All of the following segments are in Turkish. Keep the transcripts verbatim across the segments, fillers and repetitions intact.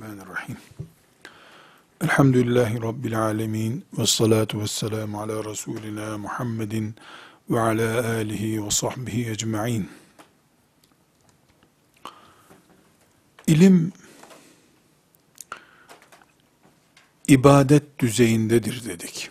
Bismillahirrahmanirrahim. Elhamdülillahi Rabbil alemin. Ve salatu ve selamu ala Resulina Muhammedin ve ala alihi ve sahbihi ecma'in. İlim, ibadet düzeyindedir dedik.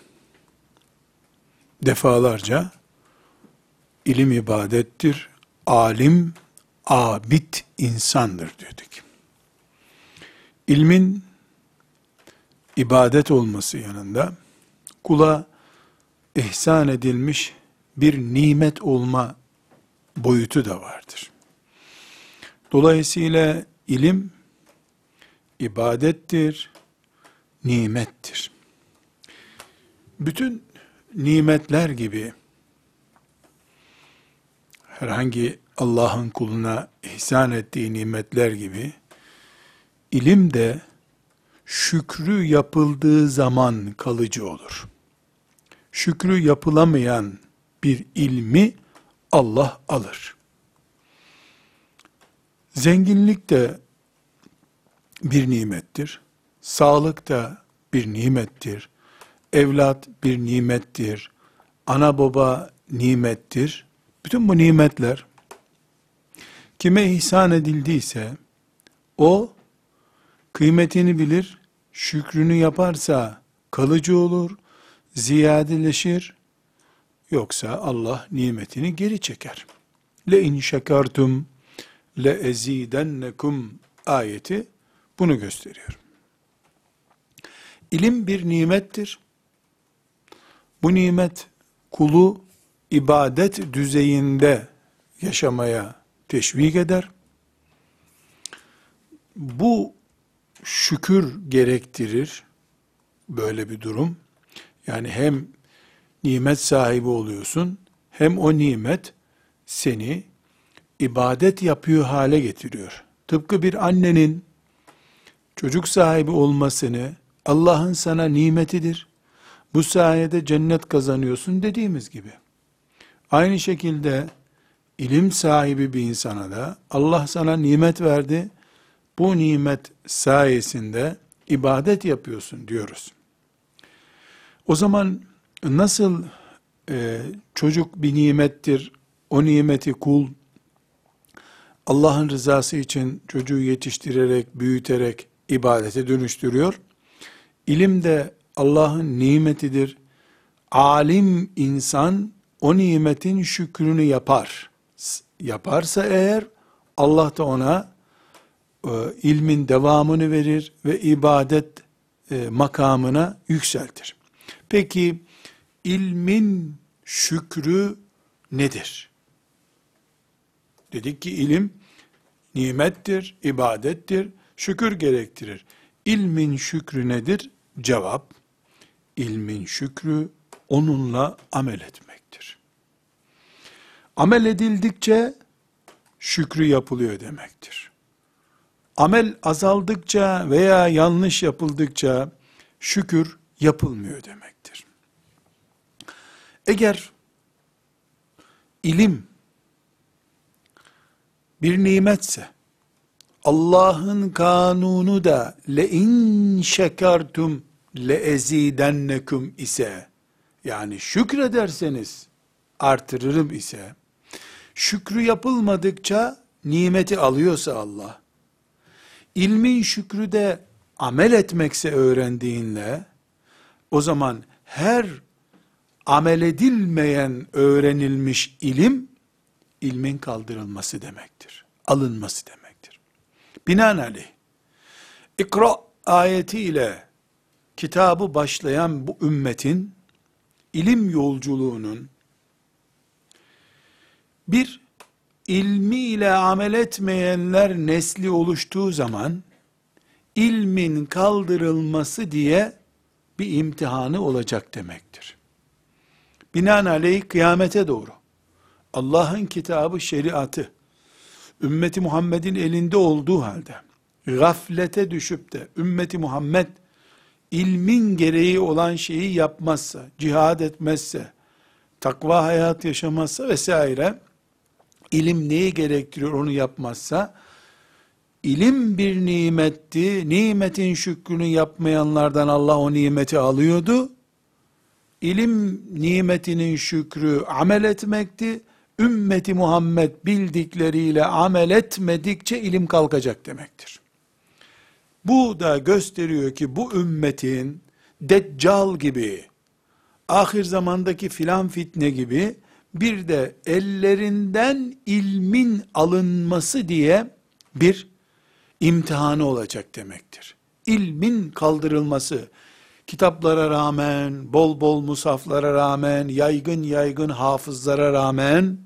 Defalarca, ilim ibadettir, alim, abid insandır dedik. İlmin ibadet olması yanında kula ihsan edilmiş bir nimet olma boyutu da vardır. Dolayısıyla ilim ibadettir, nimettir. Bütün nimetler gibi herhangi Allah'ın kuluna ihsan ettiği nimetler gibi İlim de şükrü yapıldığı zaman kalıcı olur. Şükrü yapılamayan bir ilmi Allah alır. Zenginlik de bir nimettir. Sağlık da bir nimettir. Evlat bir nimettir. Ana baba nimettir. Bütün bu nimetler kime ihsan edildiyse o kıymetini bilir, şükrünü yaparsa kalıcı olur, ziyadeleşir, yoksa Allah nimetini geri çeker. Le in şekertum le ezidennekum ayeti bunu gösteriyor. İlim bir nimettir. Bu nimet kulu ibadet düzeyinde yaşamaya teşvik eder. Bu şükür gerektirir böyle bir durum. Yani hem nimet sahibi oluyorsun, hem o nimet seni ibadet yapıyor hale getiriyor. Tıpkı bir annenin çocuk sahibi olmasını Allah'ın sana nimetidir. Bu sayede cennet kazanıyorsun dediğimiz gibi. Aynı şekilde ilim sahibi bir insana da Allah sana nimet verdi. Bu nimet sayesinde ibadet yapıyorsun diyoruz. O zaman nasıl e, çocuk bir nimettir, o nimeti kul Allah'ın rızası için çocuğu yetiştirerek, büyüterek ibadete dönüştürüyor. İlim de Allah'ın nimetidir. Alim insan o nimetin şükrünü yapar. Yaparsa eğer Allah da ona ilmin devamını verir ve ibadet e, makamına yükseltir. Peki ilmin şükrü nedir? Dedik ki ilim nimettir, ibadettir, şükür gerektirir. İlmin şükrü nedir? Cevap, ilmin şükrü onunla amel etmektir. Amel edildikçe şükrü yapılıyor demektir. Amel azaldıkça veya yanlış yapıldıkça şükür yapılmıyor demektir. Eğer ilim bir nimetse, Allah'ın kanunu da le in şekertum le ezidennekum ise, yani şükrederseniz artırırım ise, şükrü yapılmadıkça nimeti alıyorsa Allah, İlmin şükrü de amel etmekse öğrendiğinle, o zaman her amel edilmeyen öğrenilmiş ilim, ilmin kaldırılması demektir. Alınması demektir. Binaenaleyh, İkra ayetiyle kitabı başlayan bu ümmetin, ilim yolculuğunun, bir, ilmiyle amel etmeyenler nesli oluştuğu zaman, ilmin kaldırılması diye bir imtihanı olacak demektir. Binaenaleyh kıyamete doğru, Allah'ın kitabı, şeriatı, ümmeti Muhammed'in elinde olduğu halde, gaflete düşüp de, ümmeti Muhammed, ilmin gereği olan şeyi yapmazsa, cihad etmezse, takva hayat yaşamazsa vesaire, İlim neyi gerektiriyor onu yapmazsa, İlim bir nimetti. Nimetin şükrünü yapmayanlardan Allah o nimeti alıyordu. İlim nimetinin şükrü amel etmekti. Ümmeti Muhammed bildikleriyle amel etmedikçe ilim kalkacak demektir. Bu da gösteriyor ki bu ümmetin Deccal gibi, ahir zamandaki filan fitne gibi bir de ellerinden ilmin alınması diye bir imtihanı olacak demektir. İlmin kaldırılması, kitaplara rağmen, bol bol musaflara rağmen, yaygın yaygın hafızlara rağmen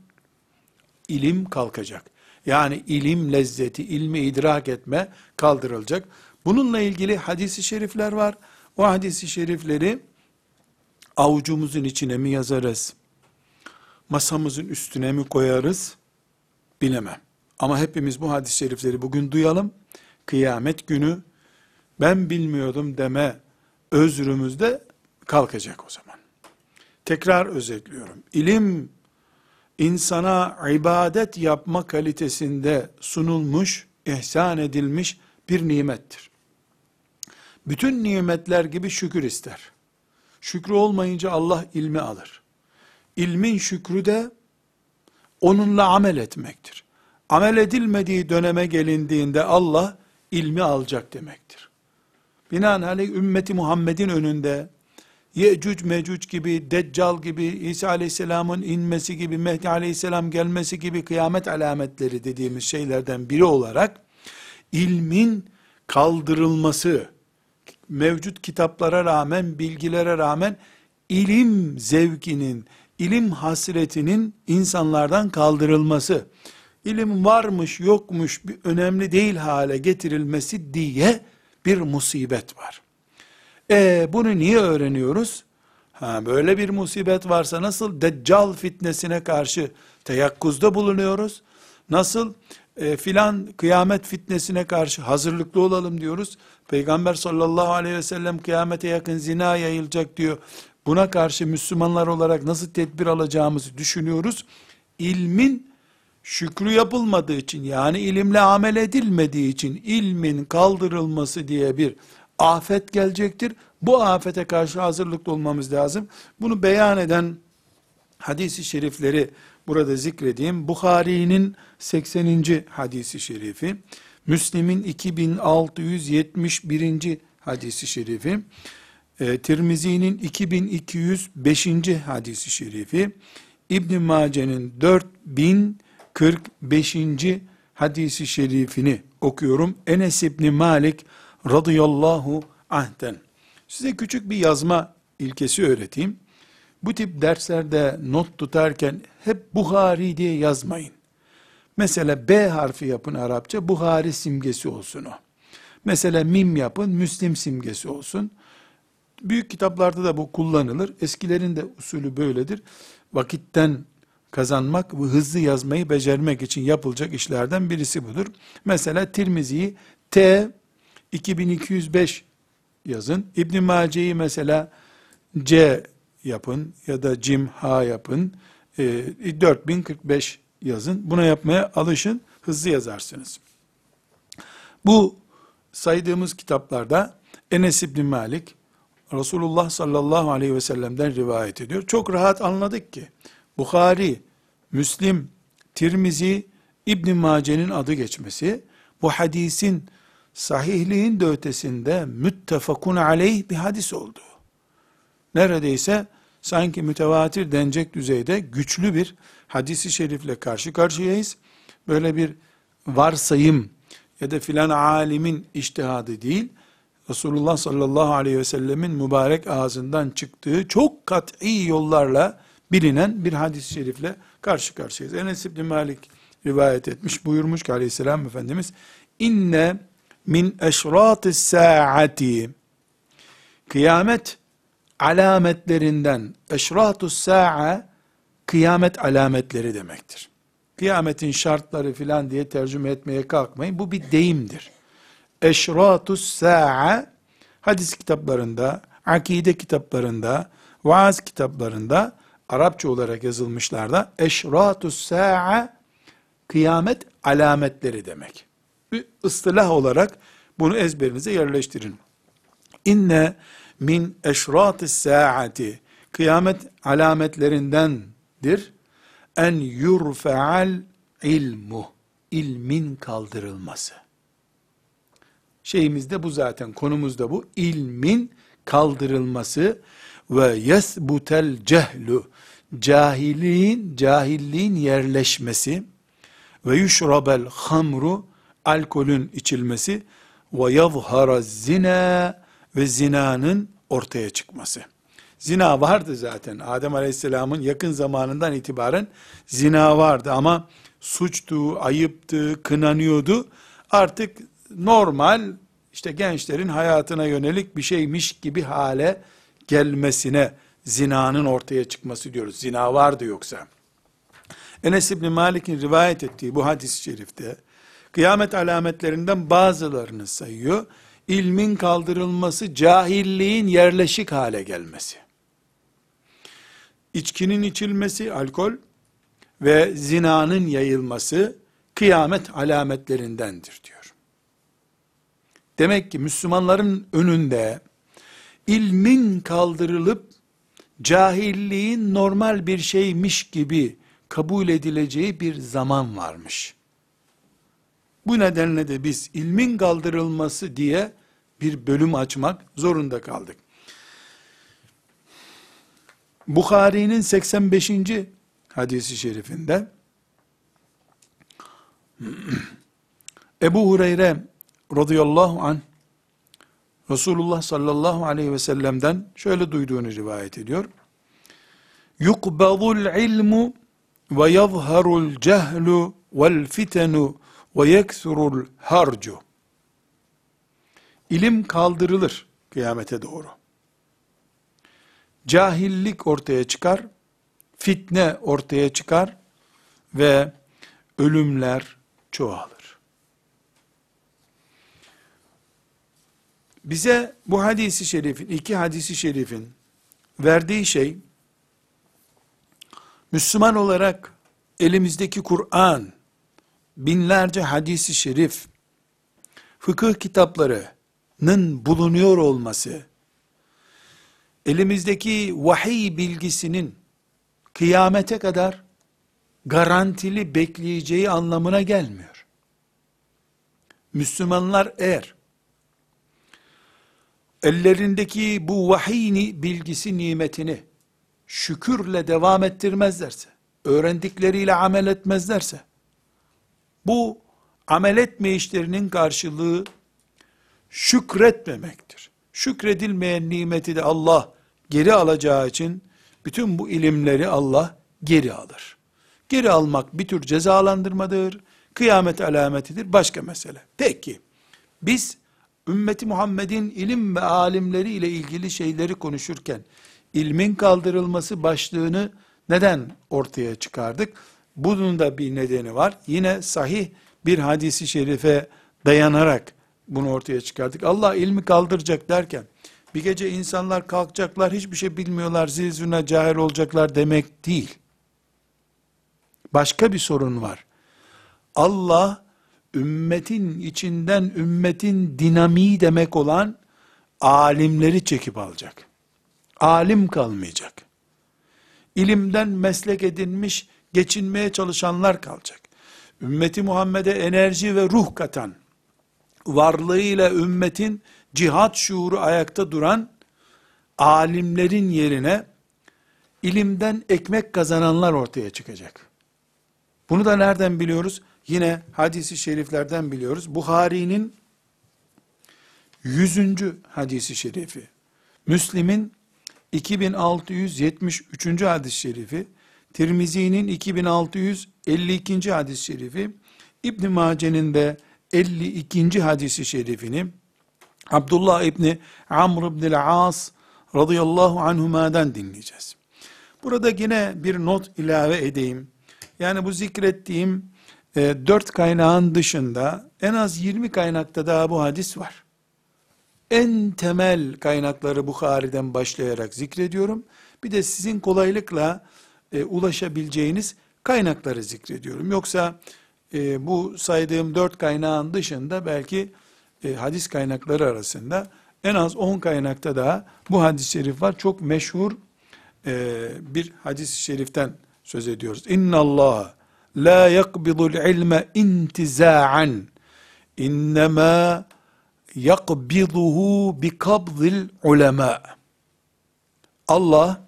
ilim kalkacak. Yani ilim lezzeti, ilmi idrak etme kaldırılacak. Bununla ilgili hadis-i şerifler var. O hadis-i şerifleri avucumuzun içine mi yazarız, masamızın üstüne mi koyarız, bilemem. Ama hepimiz bu hadis-i şerifleri bugün duyalım. Kıyamet günü ben bilmiyordum deme özrümüz de kalkacak o zaman. Tekrar özetliyorum. İlim, insana ibadet yapma kalitesinde sunulmuş, ihsan edilmiş bir nimettir. Bütün nimetler gibi şükür ister. Şükrü olmayınca Allah ilmi alır. İlmin şükrü de onunla amel etmektir. Amel edilmediği döneme gelindiğinde Allah ilmi alacak demektir. Binaenaleyh ümmeti Muhammed'in önünde Yecüc Mecüc gibi, Deccal gibi, İsa Aleyhisselam'ın inmesi gibi, Mehdi Aleyhisselam gelmesi gibi kıyamet alametleri dediğimiz şeylerden biri olarak ilmin kaldırılması, mevcut kitaplara rağmen, bilgilere rağmen ilim zevkinin, ilim hasretinin insanlardan kaldırılması, ilim varmış yokmuş bir önemli değil hale getirilmesi diye bir musibet var. E bunu niye öğreniyoruz? Ha, böyle bir musibet varsa nasıl Deccal fitnesine karşı teyakkuzda bulunuyoruz? Nasıl e, filan kıyamet fitnesine karşı hazırlıklı olalım diyoruz? Peygamber sallallahu aleyhi ve sellem kıyamete yakın zina yayılacak diyor. Buna karşı Müslümanlar olarak nasıl tedbir alacağımızı düşünüyoruz. İlmin şükrü yapılmadığı için, yani ilimle amel edilmediği için ilmin kaldırılması diye bir afet gelecektir. Bu afete karşı hazırlıklı olmamız lazım. Bunu beyan eden hadis-i şerifleri burada zikredeyim. Bukhari'nin sekseninci hadisi şerifi, Müslim'in iki bin altı yüz yetmiş birinci hadisi şerifi, e, Tirmizi'nin iki bin iki yüz beşinci hadisi şerifi, İbn Mace'nin dört bin kırk beşinci hadisi şerifini okuyorum. Enes İbni Malik radıyallahu anh'ten. Size küçük bir yazma ilkesi öğreteyim. Bu tip derslerde not tutarken hep Buhari diye yazmayın. Mesela B harfi yapın Arapça, Buhari simgesi olsun o. Mesela mim yapın, Müslim simgesi olsun. Büyük kitaplarda da bu kullanılır. Eskilerin de usulü böyledir. Vakitten kazanmak ve hızlı yazmayı becermek için yapılacak işlerden birisi budur. Mesela Tirmizi'yi T iki bin iki yüz beş yazın. İbn Mace'yi mesela C yapın ya da Cim Ha yapın. E, dört bin kırk beş yazın. Buna yapmaya alışın. Hızlı yazarsınız. Bu saydığımız kitaplarda Enes İbni Malik Resulullah sallallahu aleyhi ve sellem'den rivayet ediyor. Çok rahat anladık ki Bukhari, Müslim, Tirmizi, İbn Mace'nin adı geçmesi bu hadisin sahihliğin de ötesinde müttefakun aleyh bir hadis oldu. Neredeyse sanki mütevatir denecek düzeyde güçlü bir hadisi şerifle karşı karşıyayız. Böyle bir varsayım ya da filan alimin içtihadı değil, Resulullah sallallahu aleyhi ve sellemin mübarek ağzından çıktığı çok kat'i yollarla bilinen bir hadis-i şerifle karşı karşıyayız. Enes İbni Malik rivayet etmiş, buyurmuş ki aleyhisselam Efendimiz, inne min eşratis saati, kıyamet alametlerinden, eşratus sa'a, kıyamet alametleri demektir. Kıyametin şartları filan diye tercüme etmeye kalkmayın, bu bir deyimdir. Eşratus sa'a, hadis kitaplarında, akide kitaplarında, vaaz kitaplarında, Arapça olarak yazılmışlarda, eşratus sa'a, kıyamet alametleri demek. ıstılah olarak bunu ezberinize yerleştirin. İnne min eşratis saati, kıyamet alametlerindendir. En yurfa'al ilmu, ilmin kaldırılması. Şeyimizde bu zaten, konumuzda bu. İlmin kaldırılması ve yesbutel cehlu, cahilliğin, cahilliğin yerleşmesi ve yuşrabel hamru, alkolün içilmesi ve yazhara zina, ve zinanın ortaya çıkması. Zina vardı zaten. Adem Aleyhisselam'ın yakın zamanından itibaren zina vardı ama suçtu, ayıptı, kınanıyordu. Artık normal, işte gençlerin hayatına yönelik bir şeymiş gibi hale gelmesine zinanın ortaya çıkması diyoruz. Zina vardı yoksa. Enes İbni Malik'in rivayet ettiği bu hadis-i şerifte kıyamet alametlerinden bazılarını sayıyor. İlmin kaldırılması, cahilliğin yerleşik hale gelmesi. İçkinin içilmesi, alkol ve zinanın yayılması kıyamet alametlerindendir diyor. Demek ki Müslümanların önünde ilmin kaldırılıp cahilliğin normal bir şeymiş gibi kabul edileceği bir zaman varmış. Bu nedenle de biz ilmin kaldırılması diye bir bölüm açmak zorunda kaldık. Bukhari'nin seksen beşinci hadisi şerifinde Ebu Hureyre radıyallahu anh Resulullah sallallahu aleyhi ve sellem'den şöyle duyduğunu rivayet ediyor. Yukbadul ilmu ve yazharul cehlu vel fitenu ve yeksurul harcu. İlim kaldırılır kıyamete doğru. Cahillik ortaya çıkar, fitne ortaya çıkar ve ölümler çoğalır. Bize bu hadisi şerifin, iki hadisi şerifin verdiği şey, Müslüman olarak elimizdeki Kur'an, binlerce hadisi şerif, fıkıh kitaplarının bulunuyor olması, elimizdeki vahiy bilgisinin kıyamete kadar garantili bekleyeceği anlamına gelmiyor. Müslümanlar eğer ellerindeki bu vahiy bilgisi nimetini şükürle devam ettirmezlerse, öğrendikleriyle amel etmezlerse, bu amel etme işlerinin karşılığı şükretmemektir. Şükredilmeyen nimeti de Allah geri alacağı için bütün bu ilimleri Allah geri alır. Geri almak bir tür cezalandırmadır, kıyamet alametidir, başka mesele. Peki, biz ümmeti Muhammed'in ilim ve alimleri ile ilgili şeyleri konuşurken, ilmin kaldırılması başlığını neden ortaya çıkardık? Bunun da bir nedeni var. Yine sahih bir hadisi şerife dayanarak bunu ortaya çıkardık. Allah ilmi kaldıracak derken, bir gece insanlar kalkacaklar, hiçbir şey bilmiyorlar, zilzuna cahil olacaklar demek değil. Başka bir sorun var. Allah, ümmetin içinden ümmetin dinamiği demek olan alimleri çekip alacak. Alim kalmayacak. İlimden meslek edinmiş, geçinmeye çalışanlar kalacak. Ümmeti Muhammed'e enerji ve ruh katan, varlığıyla ümmetin cihat şuuru ayakta duran alimlerin yerine ilimden ekmek kazananlar ortaya çıkacak. Bunu da nereden biliyoruz? Yine hadisi şeriflerden biliyoruz. Bukhari'nin yüzüncü hadisi şerifi, Müslim'in iki bin altı yüz yetmiş üçüncü hadis-i şerifi, Tirmizi'nin iki bin altı yüz elli ikinci hadis-i şerifi, İbn Mace'nin de elli ikinci hadisi şerifini Abdullah İbni Amr İbni As radıyallahu anhuma'dan dinleyeceğiz. Burada yine bir not ilave edeyim. Yani bu zikrettiğim e, dört kaynağın dışında en az yirmi kaynakta daha bu hadis var. En temel kaynakları Bukhari'den başlayarak zikrediyorum. Bir de sizin kolaylıkla e, ulaşabileceğiniz kaynakları zikrediyorum. Yoksa e, bu saydığım dört kaynağın dışında belki e, hadis kaynakları arasında en az on kaynakta daha bu hadis-i şerif var. Çok meşhur e, bir hadis-i şeriften söz ediyoruz. İnna Allah la yakbidul ilme intiza'an innema yakbiduhu bi kabzil ulema. Allah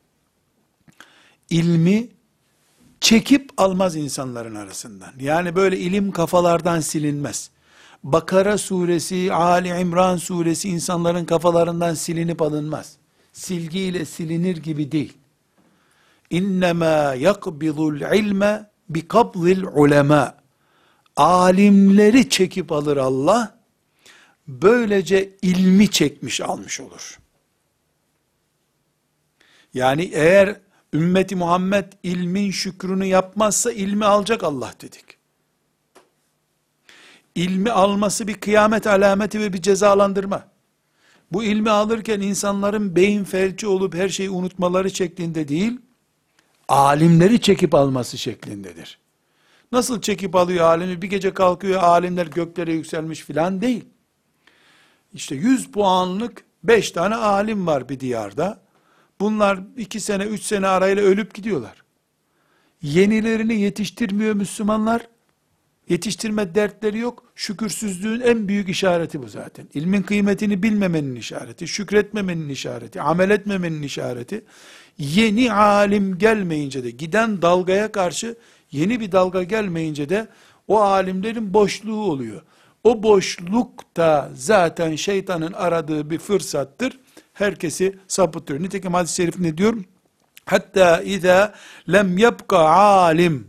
ilmi çekip almaz insanların arasından. Yani böyle ilim kafalardan silinmez. Bakara suresi, Ali İmran suresi insanların kafalarından silinip alınmaz. Silgiyle silinir gibi değil. İnnemâ yakbidul ilme bi kabzil ulema. Alimleri çekip alır Allah. Böylece ilmi çekmiş almış olur. Yani eğer ümmeti Muhammed ilmin şükrünü yapmazsa ilmi alacak Allah dedik. İlmi alması bir kıyamet alameti ve bir cezalandırma. Bu ilmi alırken insanların beyin felci olup her şeyi unutmaları şeklinde değil, alimleri çekip alması şeklindedir. Nasıl çekip alıyor alimi? Bir gece kalkıyor alimler göklere yükselmiş filan değil. İşte yüz puanlık beş tane alim var bir diyarda. Bunlar iki sene, üç sene arayla ölüp gidiyorlar. Yenilerini yetiştirmiyor Müslümanlar. Yetiştirme dertleri yok. Şükürsüzlüğün en büyük işareti bu zaten. İlmin kıymetini bilmemenin işareti, şükretmemenin işareti, amel etmemenin işareti. Yeni alim gelmeyince de, giden dalgaya karşı yeni bir dalga gelmeyince de o alimlerin boşluğu oluyor. O boşluk da zaten şeytanın aradığı bir fırsattır. Herkesi sapıtıyor. Nitekim hadis-i şerif ne diyor? Hatta izâ lem yebka alim.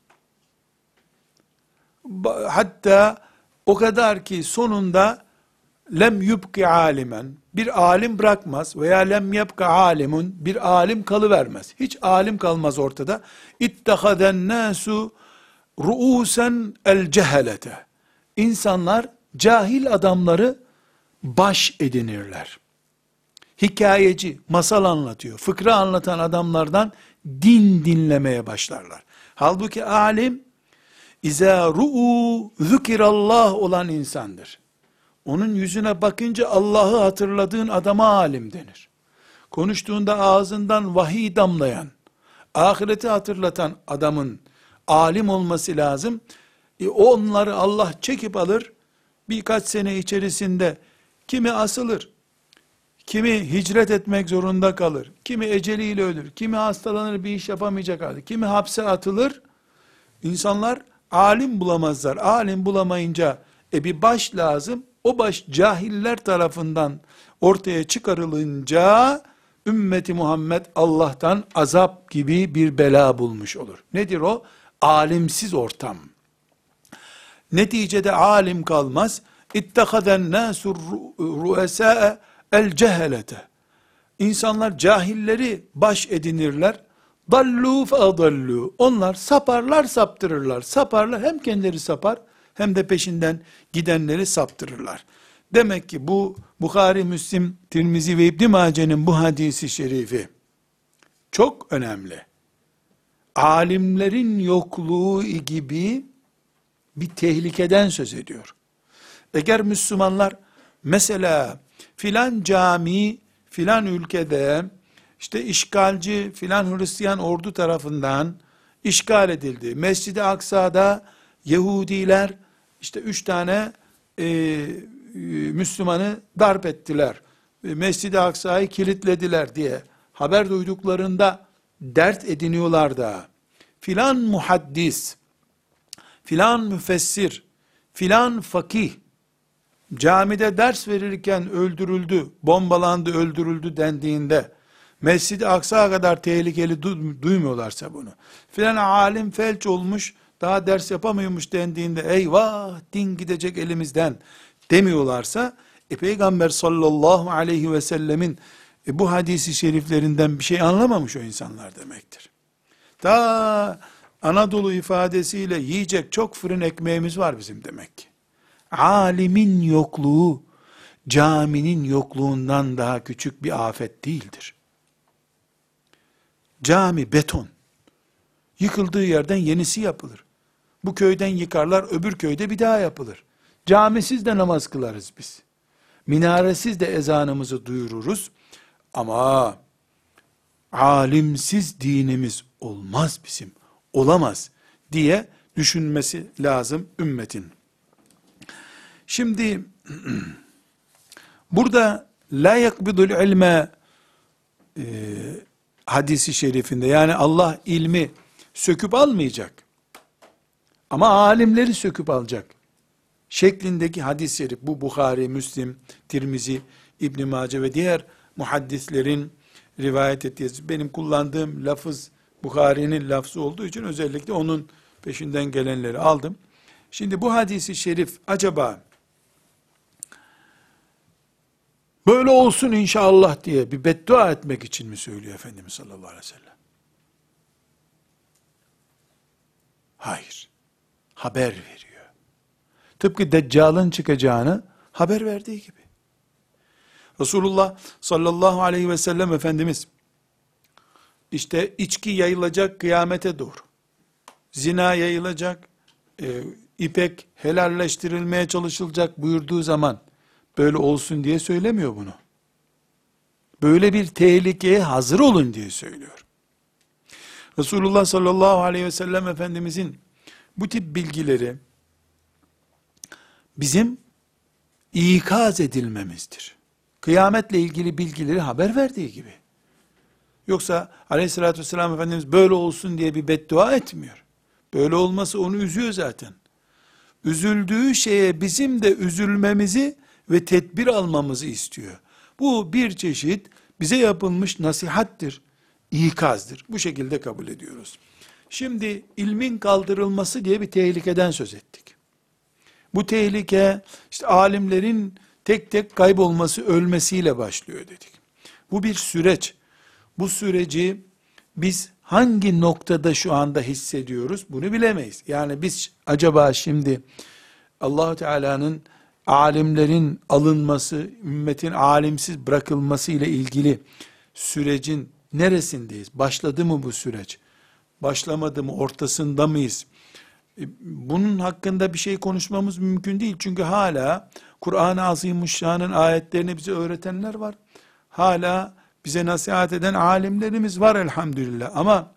Hatta o kadar ki sonunda lem yubki alimen, bir alim bırakmaz veya lem yebka alimun, bir alim kalıvermez. Hiç alim kalmaz ortada. İttehaden nasu ruusen el cehelete. İnsanlar cahil adamları baş edinirler. Hikayeci, masal anlatıyor, fıkra anlatan adamlardan din dinlemeye başlarlar. Halbuki alim, İzâ ru'u zükirallah olan insandır. Onun yüzüne bakınca Allah'ı hatırladığın adama alim denir. Konuştuğunda ağzından vahiy damlayan, ahireti hatırlatan adamın alim olması lazım. E onları Allah çekip alır, birkaç sene içerisinde kimi asılır, kimi hicret etmek zorunda kalır, kimi eceliyle ölür, kimi hastalanır bir iş yapamayacak halde, kimi hapse atılır. İnsanlar alim bulamazlar. Alim bulamayınca e bir baş lazım. O baş cahiller tarafından ortaya çıkarılınca ümmeti Muhammed Allah'tan azap gibi bir bela bulmuş olur. Nedir o? Alimsiz ortam. Neticede alim kalmaz. İttehaden nasur ru'esâe el cehelete. İnsanlar cahilleri baş edinirler. Dallu fe adallu. Onlar saparlar, saptırırlar. Saparlar, hem kendileri sapar hem de peşinden gidenleri saptırırlar. Demek ki bu Bukhari, Müslim, Tirmizi ve İbn Mace'nin bu hadisi şerifi çok önemli. Alimlerin yokluğu gibi bir tehlikeden söz ediyor. Eğer Müslümanlar mesela filan cami filan ülkede işte işgalci filan Hristiyan ordu tarafından işgal edildi. Mescid-i Aksa'da Yahudiler işte üç tane e, Müslümanı darp ettiler. Mescid-i Aksa'yı kilitlediler diye haber duyduklarında dert ediniyorlar da filan muhaddis, filan müfessir, filan fakih camide ders verirken öldürüldü, bombalandı, öldürüldü dendiğinde Mescid-i Aksa kadar tehlikeli du- duymuyorlarsa bunu, filan alim felç olmuş, daha ders yapamıyormuş dendiğinde eyvah din gidecek elimizden demiyorlarsa, e, Peygamber sallallahu aleyhi ve sellemin e, bu hadisi şeriflerinden bir şey anlamamış o insanlar demektir. Ta Anadolu ifadesiyle yiyecek çok fırın ekmeğimiz var bizim demek ki. Alimin yokluğu, caminin yokluğundan daha küçük bir afet değildir. Cami beton. Yıkıldığı yerden yenisi yapılır. Bu köyden yıkarlar, öbür köyde bir daha yapılır. Camisiz de namaz kılarız biz. Minaresiz de ezanımızı duyururuz. Ama alimsiz dinimiz olmaz bizim. Olamaz diye düşünmesi lazım ümmetin. Şimdi burada la yakbidul ilme e, hadisi şerifinde, yani Allah ilmi söküp almayacak ama alimleri söküp alacak şeklindeki hadis-i şerif, bu Bukhari, Müslim, Tirmizi, İbn Mace ve diğer muhaddislerin rivayet ettiği, benim kullandığım lafız Bukhari'nin lafzı olduğu için özellikle onun peşinden gelenleri aldım. Şimdi bu hadisi şerif acaba böyle olsun inşallah diye bir beddua etmek için mi söylüyor Efendimiz sallallahu aleyhi ve sellem? Hayır. Haber veriyor. Tıpkı Deccal'ın çıkacağını haber verdiği gibi. Resulullah sallallahu aleyhi ve sellem Efendimiz, işte içki yayılacak kıyamete doğru, zina yayılacak, e, ipek helalleştirilmeye çalışılacak buyurduğu zaman, böyle olsun diye söylemiyor bunu. Böyle bir tehlikeye hazır olun diye söylüyor. Resulullah sallallahu aleyhi ve sellem Efendimizin bu tip bilgileri bizim ikaz edilmemizdir. Kıyametle ilgili bilgileri haber verdiği gibi. Yoksa aleyhissalatü vesselam Efendimiz böyle olsun diye bir beddua etmiyor. Böyle olması onu üzüyor zaten. Üzüldüğü şeye bizim de üzülmemizi ve tedbir almamızı istiyor. Bu bir çeşit bize yapılmış nasihattir, ikazdır. Bu şekilde kabul ediyoruz. Şimdi ilmin kaldırılması diye bir tehlikeden söz ettik. Bu tehlike işte alimlerin tek tek kaybolması, ölmesiyle başlıyor dedik. Bu bir süreç. Bu süreci biz hangi noktada şu anda hissediyoruz bunu bilemeyiz. Yani biz acaba şimdi Allah-u Teala'nın alimlerin alınması, ümmetin alimsiz bırakılması ile ilgili sürecin neresindeyiz? Başladı mı bu süreç? Başlamadı mı? Ortasında mıyız? Bunun hakkında bir şey konuşmamız mümkün değil. Çünkü hala Kur'an-ı Azimuşşan'ın ayetlerini bize öğretenler var. Hala bize nasihat eden alimlerimiz var elhamdülillah. Ama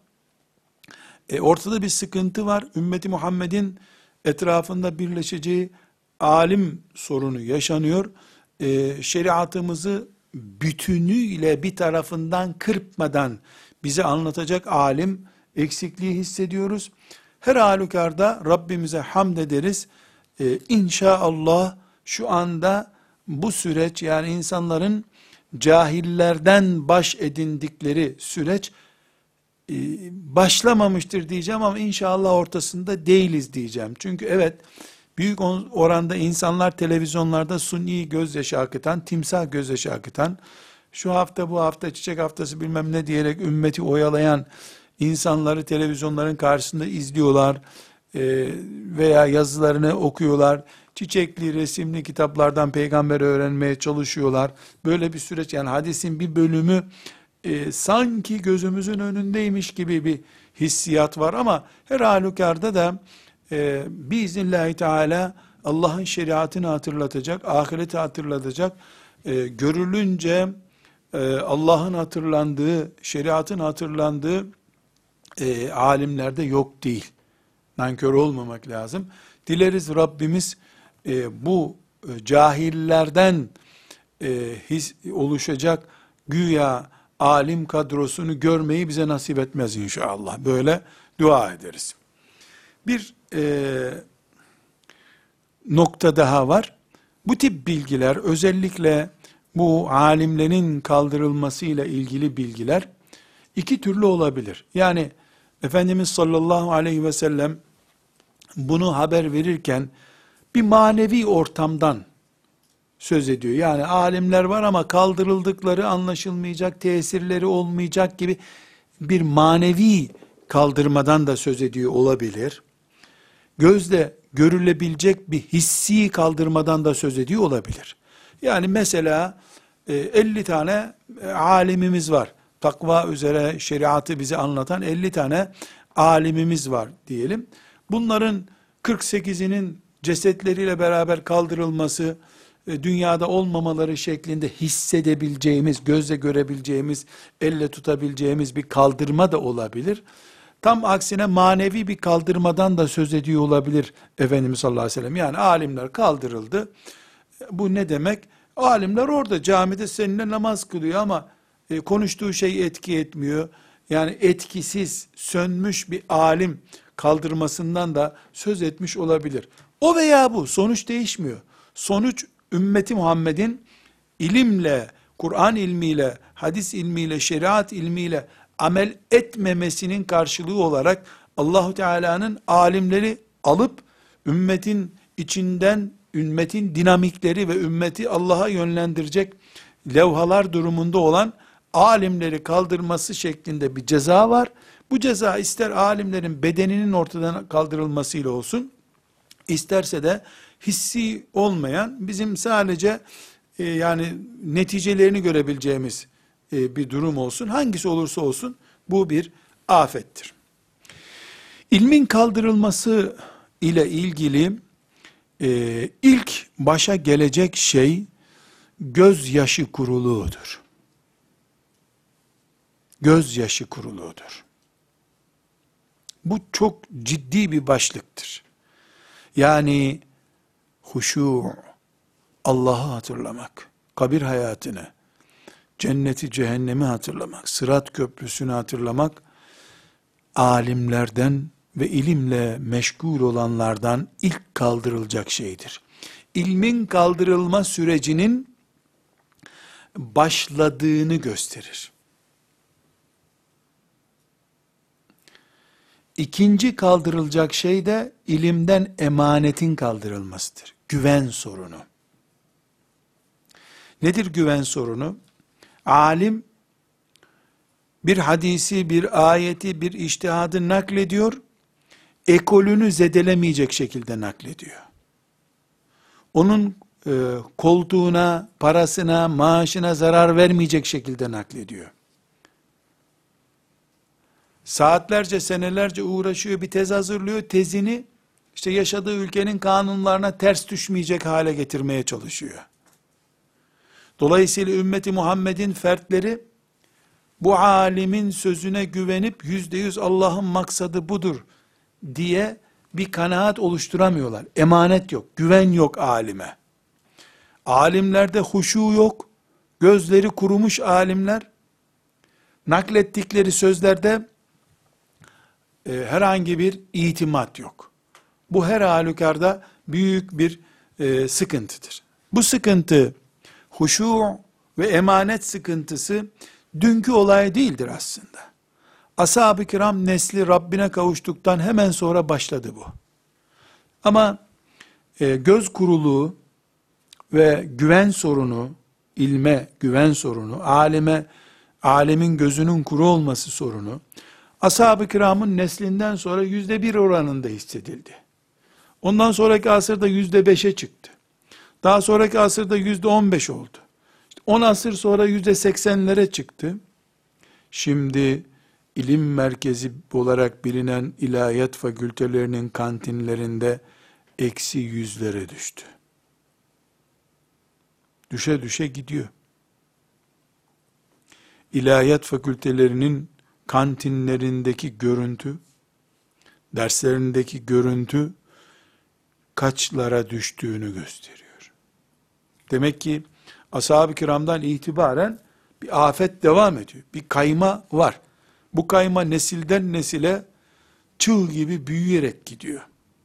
e, ortada bir sıkıntı var. Ümmeti Muhammed'in etrafında birleşeceği alim sorunu yaşanıyor. E, şeriatımızı bütünüyle bir tarafından kırpmadan bize anlatacak alim eksikliği hissediyoruz. Her halükarda Rabbimize hamd ederiz. Ee, İnşallah şu anda bu süreç, yani insanların cahillerden baş edindikleri süreç e, başlamamıştır diyeceğim ama inşallah ortasında değiliz diyeceğim. Çünkü evet, büyük oranda insanlar televizyonlarda suni gözyaşı akıtan, timsah gözyaşı akıtan, şu hafta bu hafta çiçek haftası bilmem ne diyerek ümmeti oyalayan insanları televizyonların karşısında izliyorlar e, veya yazılarını okuyorlar. Çiçekli, resimli kitaplardan peygamber öğrenmeye çalışıyorlar. Böyle bir süreç, yani hadisin bir bölümü e, sanki gözümüzün önündeymiş gibi bir hissiyat var ama her halükarda da e, biiznillahü teala Allah'ın şeriatını hatırlatacak, ahireti hatırlatacak, e, görülünce e, Allah'ın hatırlandığı, şeriatın hatırlandığı E, alimlerde yok değil. Nankör olmamak lazım. Dileriz Rabbimiz e, bu e, cahillerden e, his, oluşacak güya alim kadrosunu görmeyi bize nasip etmez inşallah. Böyle dua ederiz. Bir e, nokta daha var. Bu tip bilgiler, özellikle bu alimlerin kaldırılmasıyla ilgili bilgiler iki türlü olabilir. Yani Efendimiz sallallahu aleyhi ve sellem bunu haber verirken bir manevi ortamdan söz ediyor. Yani alimler var ama kaldırıldıkları anlaşılmayacak, tesirleri olmayacak gibi bir manevi kaldırmadan da söz ediyor olabilir. Gözle görülebilecek bir hissi kaldırmadan da söz ediyor olabilir. Yani mesela elli tane alimimiz var. Takva üzere şeriatı bize anlatan elli tane alimimiz var diyelim. Bunların kırk sekizinin cesetleriyle beraber kaldırılması, e, dünyada olmamaları şeklinde hissedebileceğimiz, gözle görebileceğimiz, elle tutabileceğimiz bir kaldırma da olabilir. Tam aksine manevi bir kaldırmadan da söz ediyor olabilir Efendimiz sallallahu aleyhi ve sellem. Yani alimler kaldırıldı. Bu ne demek? Alimler orada camide seninle namaz kılıyor ama e, konuştuğu şey etki etmiyor. Yani etkisiz, sönmüş bir alim kaldırmasından da söz etmiş olabilir. O veya bu, sonuç değişmiyor. Sonuç ümmeti Muhammed'in ilimle, Kur'an ilmiyle, hadis ilmiyle, şeriat ilmiyle amel etmemesinin karşılığı olarak Allahu Teala'nın alimleri alıp ümmetin içinden ümmetin dinamikleri ve ümmeti Allah'a yönlendirecek levhalar durumunda olan alimleri kaldırması şeklinde bir ceza var. Bu ceza ister alimlerin bedeninin ortadan kaldırılmasıyla olsun, isterse de hissi olmayan, bizim sadece e, yani neticelerini görebileceğimiz e, bir durum olsun. Hangisi olursa olsun bu bir afettir. İlmin kaldırılması ile ilgili e, ilk başa gelecek şey gözyaşı kuruluğudur. Gözyaşı kuruluğudur. Bu çok ciddi bir başlıktır. Yani huşu, Allah'ı hatırlamak, kabir hayatını, cenneti cehennemi hatırlamak, sırat köprüsünü hatırlamak, alimlerden ve ilimle meşgul olanlardan ilk kaldırılacak şeydir. İlmin kaldırılma sürecinin başladığını gösterir. İkinci kaldırılacak şey de ilimden emanetin kaldırılmasıdır. Güven sorunu. Nedir güven sorunu? Alim bir hadisi, bir ayeti, bir içtihadı naklediyor, ekolünü zedelemeyecek şekilde naklediyor. Onun e, koltuğuna, parasına, maaşına zarar vermeyecek şekilde naklediyor. Saatlerce, senelerce uğraşıyor, bir tez hazırlıyor, tezini işte yaşadığı ülkenin kanunlarına ters düşmeyecek hale getirmeye çalışıyor. Dolayısıyla ümmeti Muhammed'in fertleri, bu alimin sözüne güvenip yüzde yüz Allah'ın maksadı budur diye bir kanaat oluşturamıyorlar. Emanet yok, güven yok alime. Alimlerde huşu yok, gözleri kurumuş alimler, naklettikleri sözlerde e, herhangi bir itimat yok. Bu her halükarda büyük bir e, sıkıntıdır. Bu sıkıntı, huşu ve emanet sıkıntısı, dünkü olay değildir aslında. Ashab-ı kiram nesli Rabbine kavuştuktan hemen sonra başladı bu. Ama e, göz kuruluğu ve güven sorunu, ilme güven sorunu, alime, alemin gözünün kuru olması sorunu, ashab-ı kiramın neslinden sonra yüzde bir oranında hissedildi. Ondan sonraki asırda yüzde beşe çıktı. Daha sonraki asırda yüzde on beş oldu. on asır sonra yüzde seksenlere çıktı. Şimdi ilim merkezi olarak bilinen ilahiyat fakültelerinin kantinlerinde eksi yüzlere düştü. Düşe düşe gidiyor. İlahiyat fakültelerinin kantinlerindeki görüntü, derslerindeki görüntü kaçlara düştüğünü gösteriyor. Demek ki ashab-ı kiramdan itibaren bir afet devam ediyor. Bir kayma var. Bu kayma nesilden nesile çığ gibi büyüyerek gidiyor.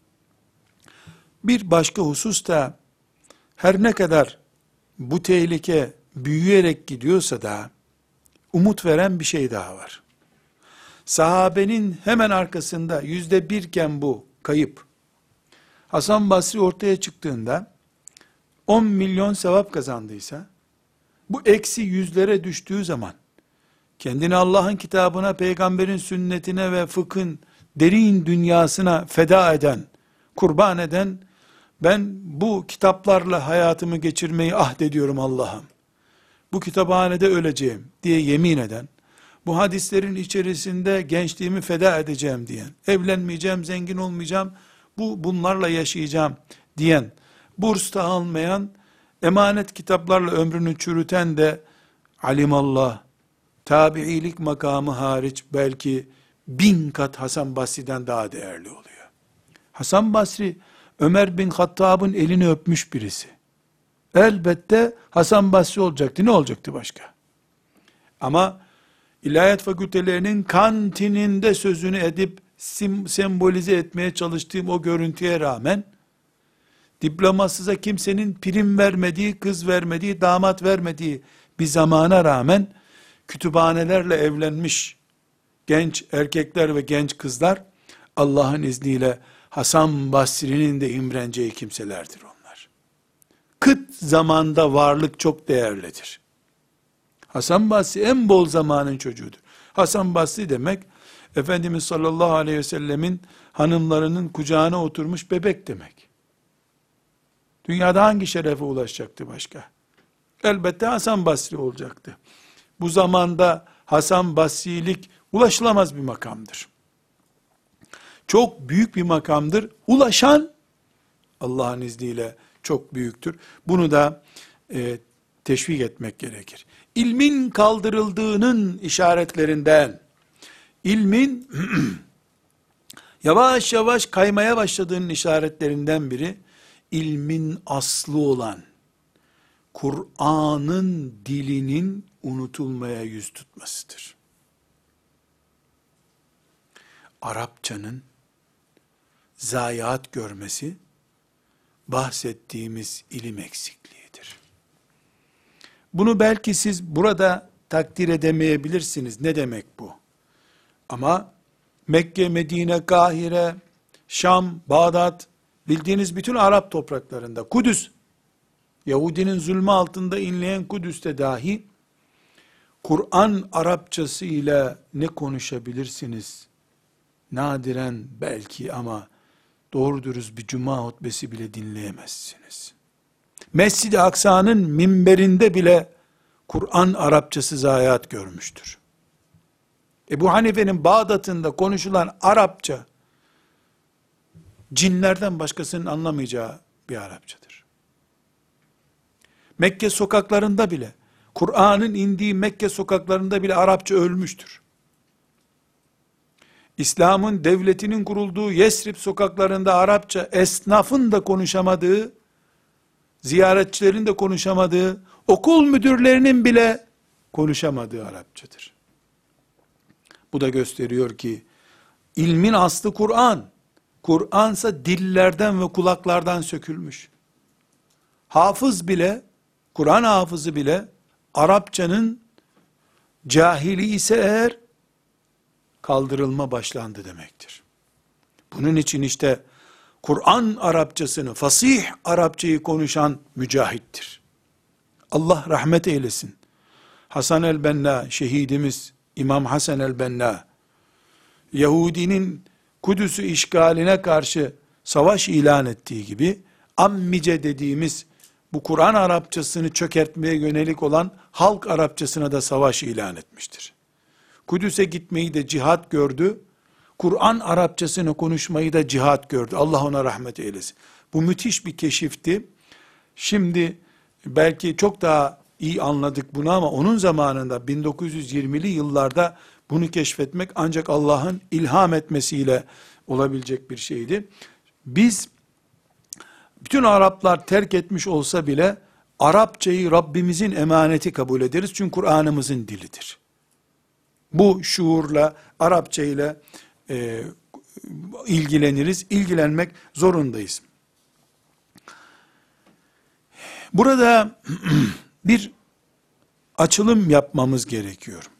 Bir başka husus da her ne kadar bu tehlike büyüyerek gidiyorsa da umut veren bir şey daha var. Sahabenin hemen arkasında yüzde birken bu kayıp, Hasan Basri ortaya çıktığında on milyon sevap kazandıysa, bu eksi yüzlere düştüğü zaman, kendini Allah'ın kitabına, peygamberin sünnetine ve fıkhın derin dünyasına feda eden, kurban eden, ben bu kitaplarla hayatımı geçirmeyi ahdediyorum Allah'ım, bu kütüphanede öleceğim diye yemin eden, Bu hadislerin içerisinde gençliğimi feda edeceğim diyen, evlenmeyeceğim, zengin olmayacağım, bu bunlarla yaşayacağım diyen, burs da almayan, emanet kitaplarla ömrünü çürüten de alimallah, tabiilik makamı hariç belki bin kat Hasan Basri'den daha değerli oluyor. Hasan Basri, Ömer bin Hattab'ın elini öpmüş birisi. Elbette Hasan Basri olacaktı. Ne olacaktı başka? Ama ilahiyat fakültelerinin kantininde sözünü edip sim, sembolize etmeye çalıştığım o görüntüye rağmen, diplomasıza kimsenin prim vermediği, kız vermediği, damat vermediği bir zamana rağmen, kütüphanelerle evlenmiş genç erkekler ve genç kızlar, Allah'ın izniyle Hasan Basri'nin de imreneceği kimselerdir onlar. Kıt zamanda varlık çok değerlidir. Hasan Basri en bol zamanın çocuğudur. Hasan Basri demek, Efendimiz sallallahu aleyhi ve sellemin hanımlarının kucağına oturmuş bebek demek. Dünyada hangi şerefe ulaşacaktı başka? Elbette Hasan Basri olacaktı. Bu zamanda Hasan Basrilik ulaşılamaz bir makamdır. Çok büyük bir makamdır. Ulaşan Allah'ın izniyle çok büyüktür. Bunu da e, teşvik etmek gerekir. İlmin kaldırıldığının işaretlerinden, ilmin yavaş yavaş kaymaya başladığının işaretlerinden biri, ilmin aslı olan Kur'an'ın dilinin unutulmaya yüz tutmasıdır. Arapçanın zayiat görmesi, bahsettiğimiz ilim eksikliğidir. Bunu belki siz burada takdir edemeyebilirsiniz. Ne demek bu? Ama Mekke, Medine, Kahire, Şam, Bağdat, bildiğiniz bütün Arap topraklarında, Kudüs, Yahudinin zulmü altında inleyen Kudüs'te dahi, Kur'an Arapçası ile ne konuşabilirsiniz? Nadiren belki ama doğru dürüst bir cuma hutbesi bile dinleyemezsiniz. Mescid-i Aksa'nın minberinde bile Kur'an Arapçası zayiat görmüştür. Ebu Hanife'nin Bağdat'ında konuşulan Arapça, cinlerden başkasının anlamayacağı bir Arapçadır. Mekke sokaklarında bile, Kur'an'ın indiği Mekke sokaklarında bile Arapça ölmüştür. İslam'ın devletinin kurulduğu Yesrib sokaklarında Arapça, esnafın da konuşamadığı, ziyaretçilerin de konuşamadığı, okul müdürlerinin bile konuşamadığı Arapçadır. Bu da gösteriyor ki, ilmin aslı Kur'an. Kur'ansa dillerden ve kulaklardan sökülmüş. Hafız bile, Kur'an hafızı bile, Arapçanın cahili ise eğer, kaldırılma başlandı demektir. Bunun için işte, Kur'an Arapçasını, fasih Arapçayı konuşan mücahittir. Allah rahmet eylesin. Hasan el-Benna, şehidimiz, İmam Hasan el-Benna, Yahudinin Kudüs'ü işgaline karşı savaş ilan ettiği gibi, Ammice dediğimiz, bu Kur'an Arapçasını çökertmeye yönelik olan halk Arapçasına da savaş ilan etmiştir. Kudüs'e gitmeyi de cihat gördü, Kur'an Arapçasını konuşmayı da cihat gördü. Allah ona rahmet eylesin. Bu müthiş bir keşifti. Şimdi belki çok daha iyi anladık bunu ama onun zamanında bin dokuz yüz yirmili yıllarda bunu keşfetmek ancak Allah'ın ilham etmesiyle olabilecek bir şeydi. Biz bütün Araplar terk etmiş olsa bile Arapçayı Rabbimizin emaneti kabul ederiz. Çünkü Kur'an'ımızın dilidir. Bu şuurla, Arapça ile e, ilgileniriz, ilgilenmek zorundayız. Burada bir açılım yapmamız gerekiyor.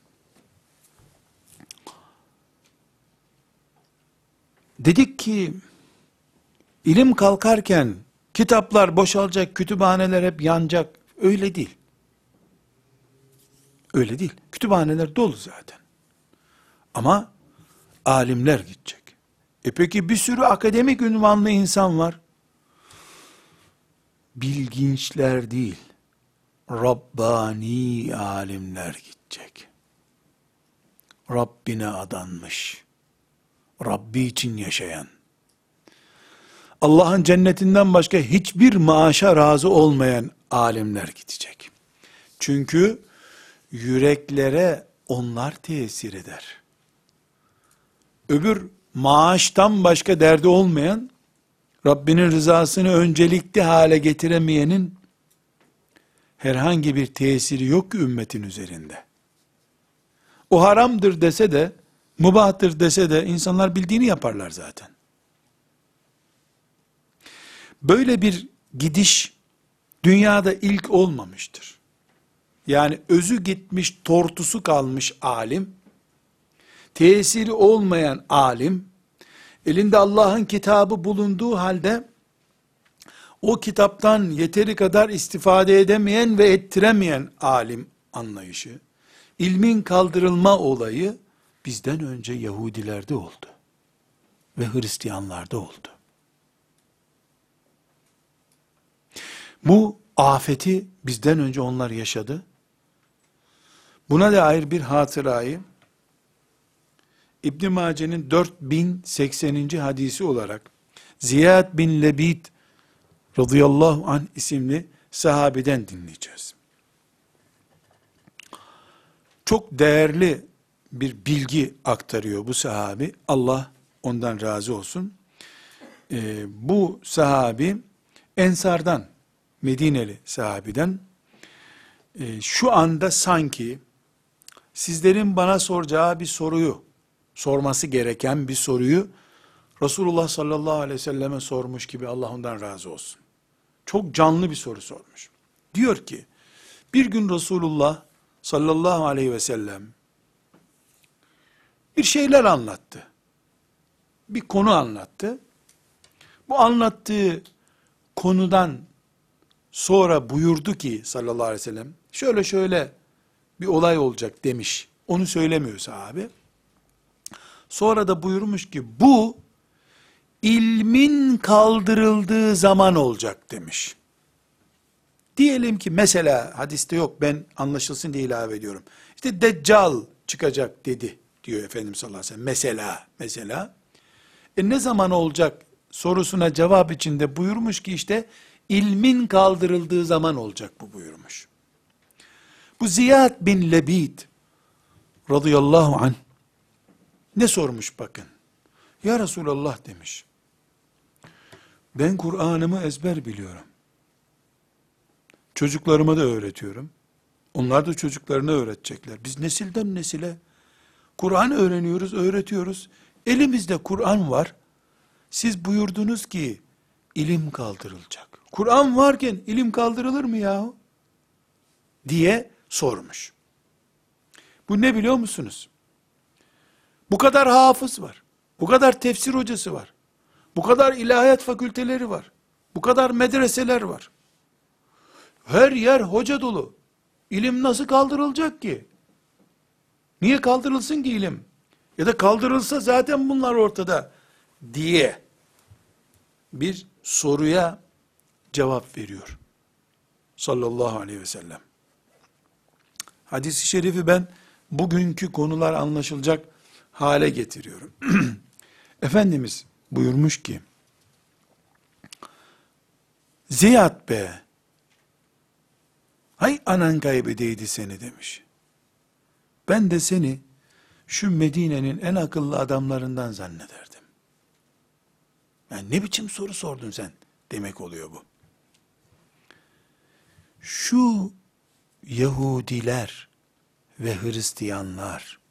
Dedik ki, ilim kalkarken, kitaplar boşalacak, kütüphaneler hep yanacak. Öyle değil. Öyle değil. Kütüphaneler dolu zaten. Ama alimler gidecek. E peki bir sürü akademik ünvanlı insan var. Bilginçler değil, Rabbani alimler gidecek. Rabbine adanmış, Rabbi için yaşayan, Allah'ın cennetinden başka hiçbir maaşa razı olmayan alimler gidecek. Çünkü yüreklere onlar tesir eder. Öbür maaştan başka derdi olmayan, Rabbinin rızasını öncelikli hale getiremeyenin herhangi bir tesiri yok ki ümmetin üzerinde. O haramdır dese de, mubahtır dese de insanlar bildiğini yaparlar zaten. Böyle bir gidiş dünyada ilk olmamıştır. Yani özü gitmiş, tortusu kalmış alim, tesiri olmayan alim, elinde Allah'ın kitabı bulunduğu halde, o kitaptan yeteri kadar istifade edemeyen ve ettiremeyen alim anlayışı, ilmin kaldırılma olayı, bizden önce Yahudilerde oldu. Ve Hristiyanlarda oldu. Bu afeti bizden önce onlar yaşadı. Buna dair bir hatırayı, İbn Mace'nin dört bin sekseninci hadisi olarak, Ziyad bin Lebid radıyallahu anh isimli sahabeden dinleyeceğiz. Çok değerli bir bilgi aktarıyor bu sahabi. Allah ondan razı olsun. Ee, bu sahabi Ensardan, Medineli sahabiden, e, şu anda sanki sizlerin bana soracağı bir soruyu, sorması gereken bir soruyu Resulullah sallallahu aleyhi ve selleme sormuş gibi, Allah ondan razı olsun. Çok canlı bir soru sormuş. Diyor ki, bir gün Resulullah sallallahu aleyhi ve sellem bir şeyler anlattı. Bir konu anlattı. Bu anlattığı konudan sonra buyurdu ki sallallahu aleyhi ve sellem, şöyle şöyle bir olay olacak demiş. Onu söylemiyor sahabe. Sonra da buyurmuş ki, bu ilmin kaldırıldığı zaman olacak demiş. Diyelim ki mesela, hadiste yok, ben anlaşılsın diye ilave ediyorum. İşte Deccal çıkacak dedi diyor Efendimiz sallallahu aleyhi ve sellem. Mesela, mesela. E ne zaman olacak sorusuna cevap içinde buyurmuş ki işte ilmin kaldırıldığı zaman olacak bu buyurmuş. Bu Ziyad bin Lebid radıyallahu anh ne sormuş bakın. Ya Resulallah demiş. Ben Kur'an'ımı ezber biliyorum. Çocuklarıma da öğretiyorum. Onlar da çocuklarına öğretecekler. Biz nesilden nesile Kur'an öğreniyoruz, öğretiyoruz. Elimizde Kur'an var. Siz buyurdunuz ki ilim kaldırılacak. Kur'an varken ilim kaldırılır mı yahu? Diye sormuş. Bu ne biliyor musunuz? Bu kadar hafız var. Bu kadar tefsir hocası var. Bu kadar ilahiyat fakülteleri var. Bu kadar medreseler var. Her yer hoca dolu. İlim nasıl kaldırılacak ki? Niye kaldırılsın ki ilim? Ya da kaldırılsa zaten bunlar ortada diye bir soruya cevap veriyor. Sallallahu aleyhi ve sellem. Hadis-i şerifi ben bugünkü konular anlaşılacak hale getiriyorum. Efendimiz buyurmuş ki, Ziyad be, hay anan kaybedeydi seni demiş. Ben de seni şu Medine'nin en akıllı adamlarından zannederdim. Yani ne biçim soru sordun sen demek oluyor bu. Şu Yahudiler ve Hristiyanlar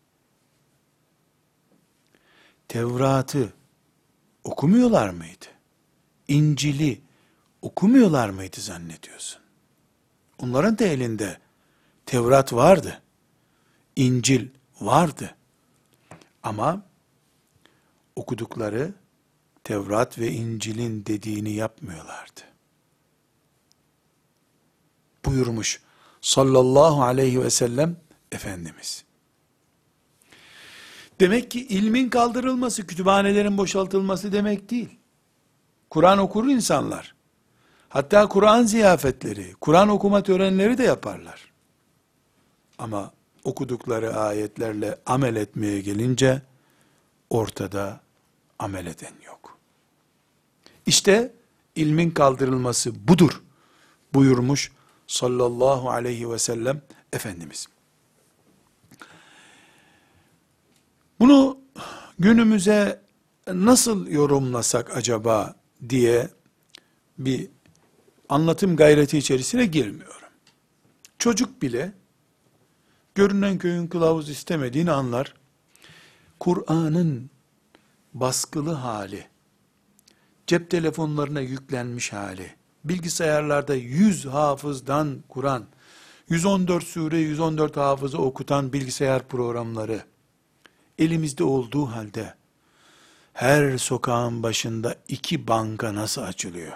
Tevrat'ı okumuyorlar mıydı? İncil'i okumuyorlar mıydı zannediyorsun? Onların da elinde Tevrat vardı. İncil vardı. Ama okudukları Tevrat ve İncil'in dediğini yapmıyorlardı. Buyurmuş sallallahu aleyhi ve sellem Efendimiz. Demek ki ilmin kaldırılması, kütüphanelerin boşaltılması demek değil. Kur'an okur insanlar. Hatta Kur'an ziyafetleri, Kur'an okuma törenleri de yaparlar. Ama okudukları ayetlerle amel etmeye gelince ortada amel eden yok. İşte ilmin kaldırılması budur buyurmuş sallallahu aleyhi ve sellem Efendimiz. Bunu günümüze nasıl yorumlasak acaba diye bir anlatım gayreti içerisine girmiyorum. Çocuk bile görünen köyün kılavuz istemediğini anlar. Kur'an'ın baskılı hali, cep telefonlarına yüklenmiş hali, bilgisayarlarda yüz hafızdan Kur'an, yüz on dört sure, yüz on dört hafızı okutan bilgisayar programları elimizde olduğu halde her sokağın başında iki banka nasıl açılıyor?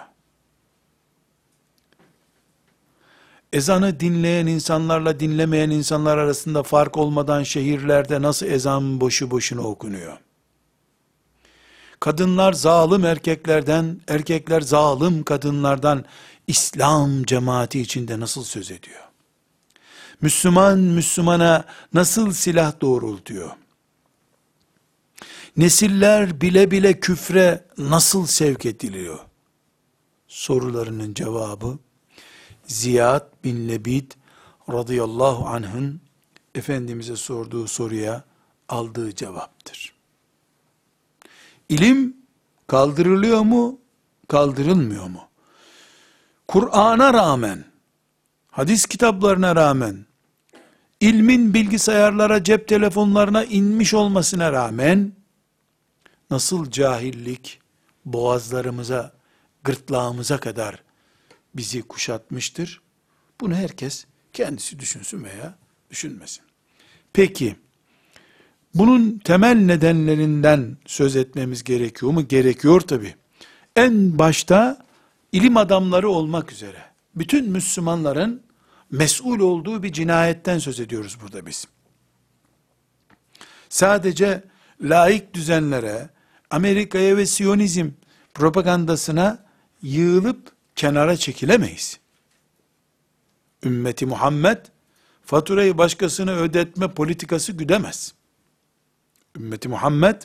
Ezanı dinleyen insanlarla dinlemeyen insanlar arasında fark olmadan şehirlerde nasıl ezan boşu boşuna okunuyor? Kadınlar zalim erkeklerden, erkekler zalim kadınlardan İslam cemaati içinde nasıl söz ediyor? Müslüman Müslümana nasıl silah doğrultuyor? Nesiller bile bile küfre nasıl sevk ediliyor? Sorularının cevabı Ziyad bin Lebid radıyallahu anh'ın Efendimiz'e sorduğu soruya aldığı cevaptır. İlim kaldırılıyor mu, kaldırılmıyor mu? Kur'an'a rağmen, hadis kitaplarına rağmen, ilmin bilgisayarlara, cep telefonlarına inmiş olmasına rağmen, nasıl cahillik boğazlarımıza, gırtlağımıza kadar bizi kuşatmıştır? Bunu herkes kendisi düşünsün veya düşünmesin. Peki, bunun temel nedenlerinden söz etmemiz gerekiyor mu? Gerekiyor tabii. En başta ilim adamları olmak üzere bütün Müslümanların mesul olduğu bir cinayetten söz ediyoruz burada biz. Sadece laik düzenlere, Amerika'ya ve Siyonizm propagandasına yığılıp kenara çekilemeyiz. Ümmeti Muhammed faturayı başkasına ödetme politikası güdemez. Ümmeti Muhammed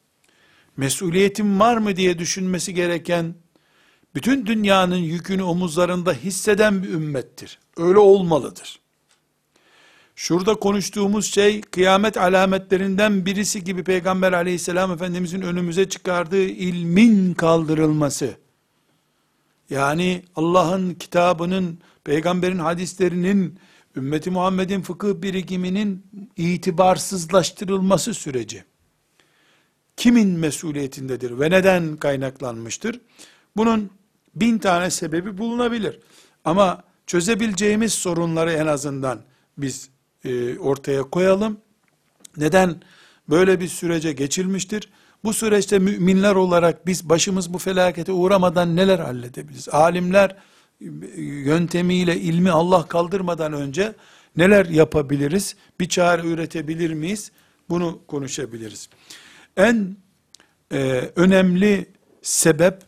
mesuliyetim var mı diye düşünmesi gereken, bütün dünyanın yükünü omuzlarında hisseden bir ümmettir. Öyle olmalıdır. Şurada konuştuğumuz şey kıyamet alametlerinden birisi gibi Peygamber aleyhisselam Efendimizin önümüze çıkardığı ilmin kaldırılması. Yani Allah'ın kitabının, peygamberin hadislerinin, ümmeti Muhammed'in fıkıh birikiminin itibarsızlaştırılması süreci. Kimin mesuliyetindedir ve neden kaynaklanmıştır? Bunun bin tane sebebi bulunabilir. Ama çözebileceğimiz sorunları en azından biz e, ortaya koyalım. Neden böyle bir sürece geçilmiştir? Bu süreçte müminler olarak biz başımız bu felakete uğramadan neler halledebiliriz? Alimler yöntemiyle ilmi Allah kaldırmadan önce neler yapabiliriz? Bir çare üretebilir miyiz? Bunu konuşabiliriz. En e, önemli sebep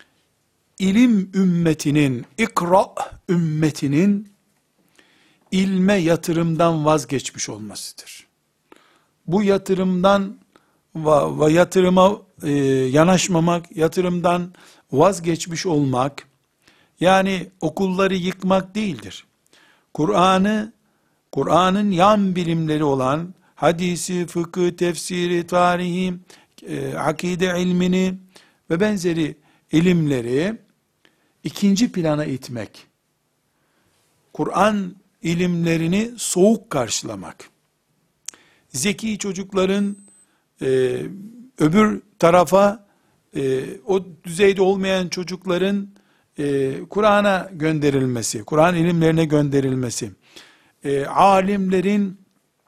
ilim ümmetinin, ikra ümmetinin ilme yatırımdan vazgeçmiş olmasıdır. Bu yatırımdan ve, ve yatırıma e, yanaşmamak, yatırımdan vazgeçmiş olmak, yani okulları yıkmak değildir. Kur'an'ı, Kur'an'ın yan bilimleri olan hadisi, fıkıh, tefsiri, tarihi, e, akide ilmini ve benzeri ilimleri ikinci plana itmek, Kur'an ilimlerini soğuk karşılamak, zeki çocukların e, öbür tarafa e, o düzeyde olmayan çocukların e, Kur'an'a gönderilmesi, Kur'an ilimlerine gönderilmesi, e, alimlerin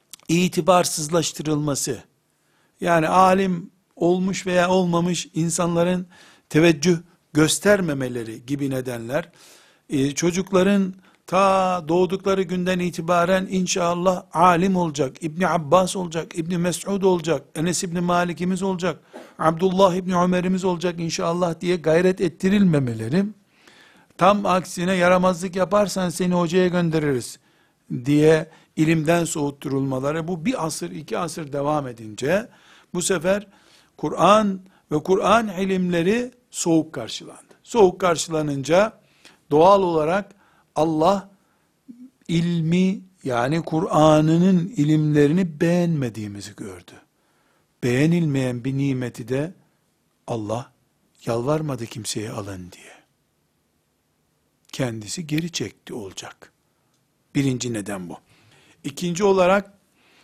itibarsızlaştırılması, yani alim olmuş veya olmamış insanların teveccüh göstermemeleri gibi nedenler, e, çocukların ta doğdukları günden itibaren inşallah alim olacak, İbni Abbas olacak, İbni Mes'ud olacak, Enes İbni Malik'imiz olacak, Abdullah İbni Ömer'imiz olacak inşallah diye gayret ettirilmemeleri, tam aksine yaramazlık yaparsan seni hocaya göndeririz diye ilimden soğutturulmaları, bu bir asır, iki asır devam edince, bu sefer Kur'an ve Kur'an ilimleri soğuk karşılandı. Soğuk karşılanınca, doğal olarak Allah, ilmi, yani Kur'an'ının ilimlerini beğenmediğimizi gördü. Beğenilmeyen bir nimeti de Allah yalvarmadı kimseye alın diye. Kendisi geri çekti olacak. Birinci neden bu. İkinci olarak,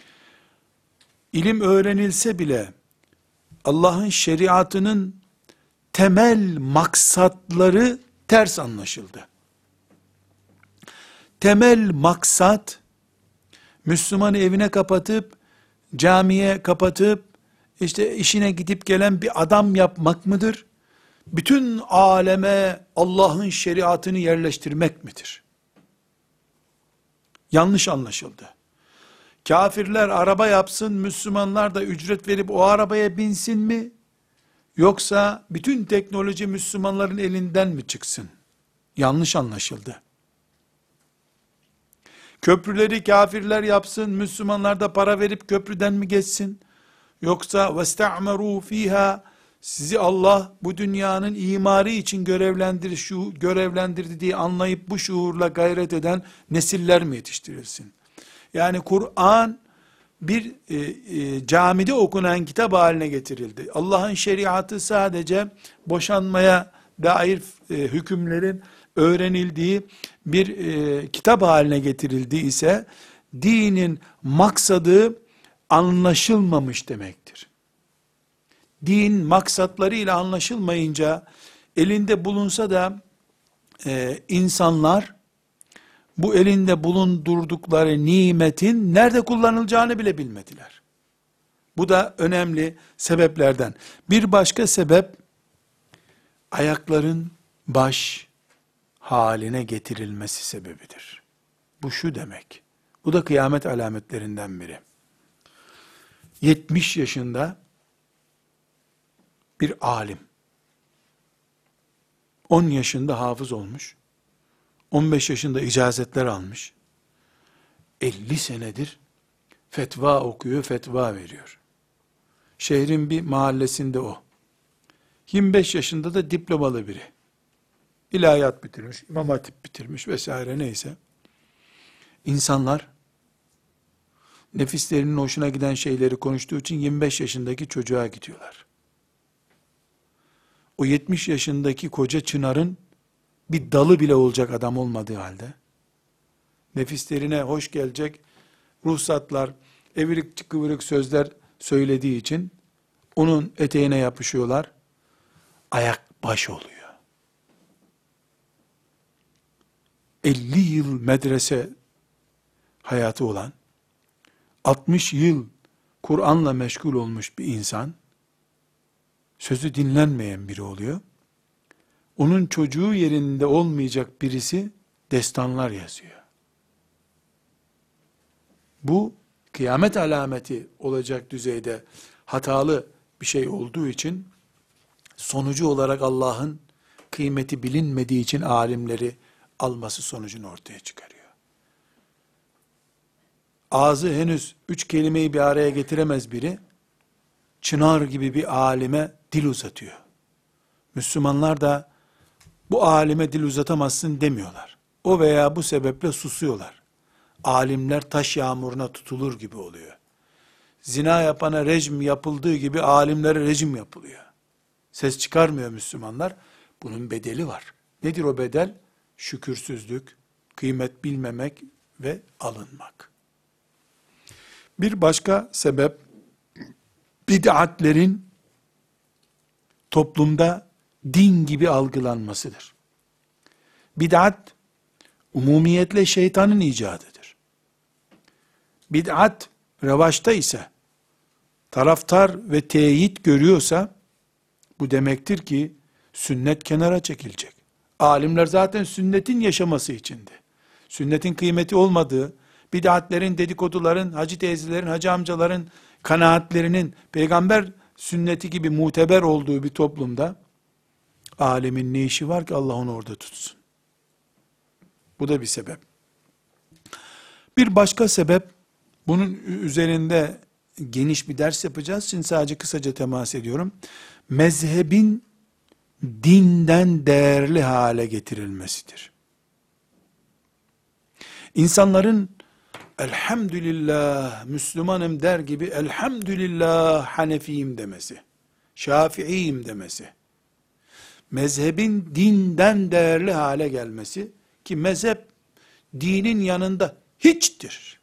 ilim öğrenilse bile Allah'ın şeriatının temel maksatları ters anlaşıldı. Temel maksat, Müslümanı evine kapatıp, camiye kapatıp, işte işine gidip gelen bir adam yapmak mıdır? Bütün aleme Allah'ın şeriatını yerleştirmek midir? Yanlış anlaşıldı. Kafirler araba yapsın, Müslümanlar da ücret verip o arabaya binsin mi? Yoksa bütün teknoloji Müslümanların elinden mi çıksın? Yanlış anlaşıldı. Köprüleri kafirler yapsın, Müslümanlar da para verip köprüden mi geçsin? Yoksa وَاسْتَعْمَرُوا ف۪يهَا, sizi Allah bu dünyanın imarı için görevlendir, şu görevlendirdi diye anlayıp bu şuurla gayret eden nesiller mi yetiştirilsin? Yani Kur'an bir e, e, camide okunan kitap haline getirildi. Allah'ın şeriatı sadece boşanmaya dair e, hükümlerin öğrenildiği bir e, kitap haline getirildi ise, dinin maksadı anlaşılmamış demektir. Din maksatlarıyla anlaşılmayınca, elinde bulunsa da e, insanlar, bu elinde bulundurdukları nimetin nerede kullanılacağını bile bilmediler. Bu da önemli sebeplerden. Bir başka sebep, ayakların baş haline getirilmesi sebebidir. Bu şu demek, bu da kıyamet alametlerinden biri. yetmiş yaşında bir alim, on yaşında hafız olmuş, on beş yaşında icazetler almış, elli senedir fetva okuyor, fetva veriyor. Şehrin bir mahallesinde o. yirmi beş yaşında da diplomalı biri. İlahiyat bitirmiş, İmam Hatip bitirmiş vesaire neyse. İnsanlar, nefislerinin hoşuna giden şeyleri konuştuğu için yirmi beş yaşındaki çocuğa gidiyorlar. O yetmiş yaşındaki koca çınarın bir dalı bile olacak adam olmadığı halde, nefislerine hoş gelecek ruhsatlar, evirik kıvırık sözler söylediği için, onun eteğine yapışıyorlar, ayak baş oluyor. elli yıl medrese hayatı olan, altmış yıl Kur'an'la meşgul olmuş bir insan, sözü dinlenmeyen biri oluyor. Onun çocuğu yerinde olmayacak birisi destanlar yazıyor. Bu kıyamet alameti olacak düzeyde hatalı bir şey olduğu için, sonucu olarak Allah'ın kıymeti bilinmediği için alimleri alması sonucunu ortaya çıkarıyor. Ağzı henüz üç kelimeyi bir araya getiremez biri, çınar gibi bir alime dil uzatıyor. Müslümanlar da bu alime dil uzatamazsın demiyorlar. O veya bu sebeple susuyorlar. Alimler taş yağmuruna tutulur gibi oluyor. Zina yapana rejim yapıldığı gibi alimlere rejim yapılıyor. Ses çıkarmıyor Müslümanlar. Bunun bedeli var. Nedir o bedel? Şükürsüzlük, kıymet bilmemek ve alınmak. Bir başka sebep, bid'atlerin toplumda din gibi algılanmasıdır. Bid'at, umumiyetle şeytanın icadıdır. Bid'at, revaçta ise, taraftar ve teyit görüyorsa, bu demektir ki, sünnet kenara çekilecek. Alimler zaten sünnetin yaşaması içindi. Sünnetin kıymeti olmadığı, bid'atlerin, dedikoduların, hacı teyzelerin, hacı amcaların kanaatlerinin peygamber sünneti gibi muteber olduğu bir toplumda, alimin ne işi var ki Allah onu orada tutsun? Bu da bir sebep. Bir başka sebep, bunun üzerinde geniş bir ders yapacağız. Şimdi sadece kısaca temas ediyorum. Mezhebin dinden değerli hale getirilmesidir. İnsanların elhamdülillah Müslümanım der gibi elhamdülillah Hanefiyim demesi, Şafiiyim demesi, mezhebin dinden değerli hale gelmesi, ki mezhep dinin yanında hiçtir.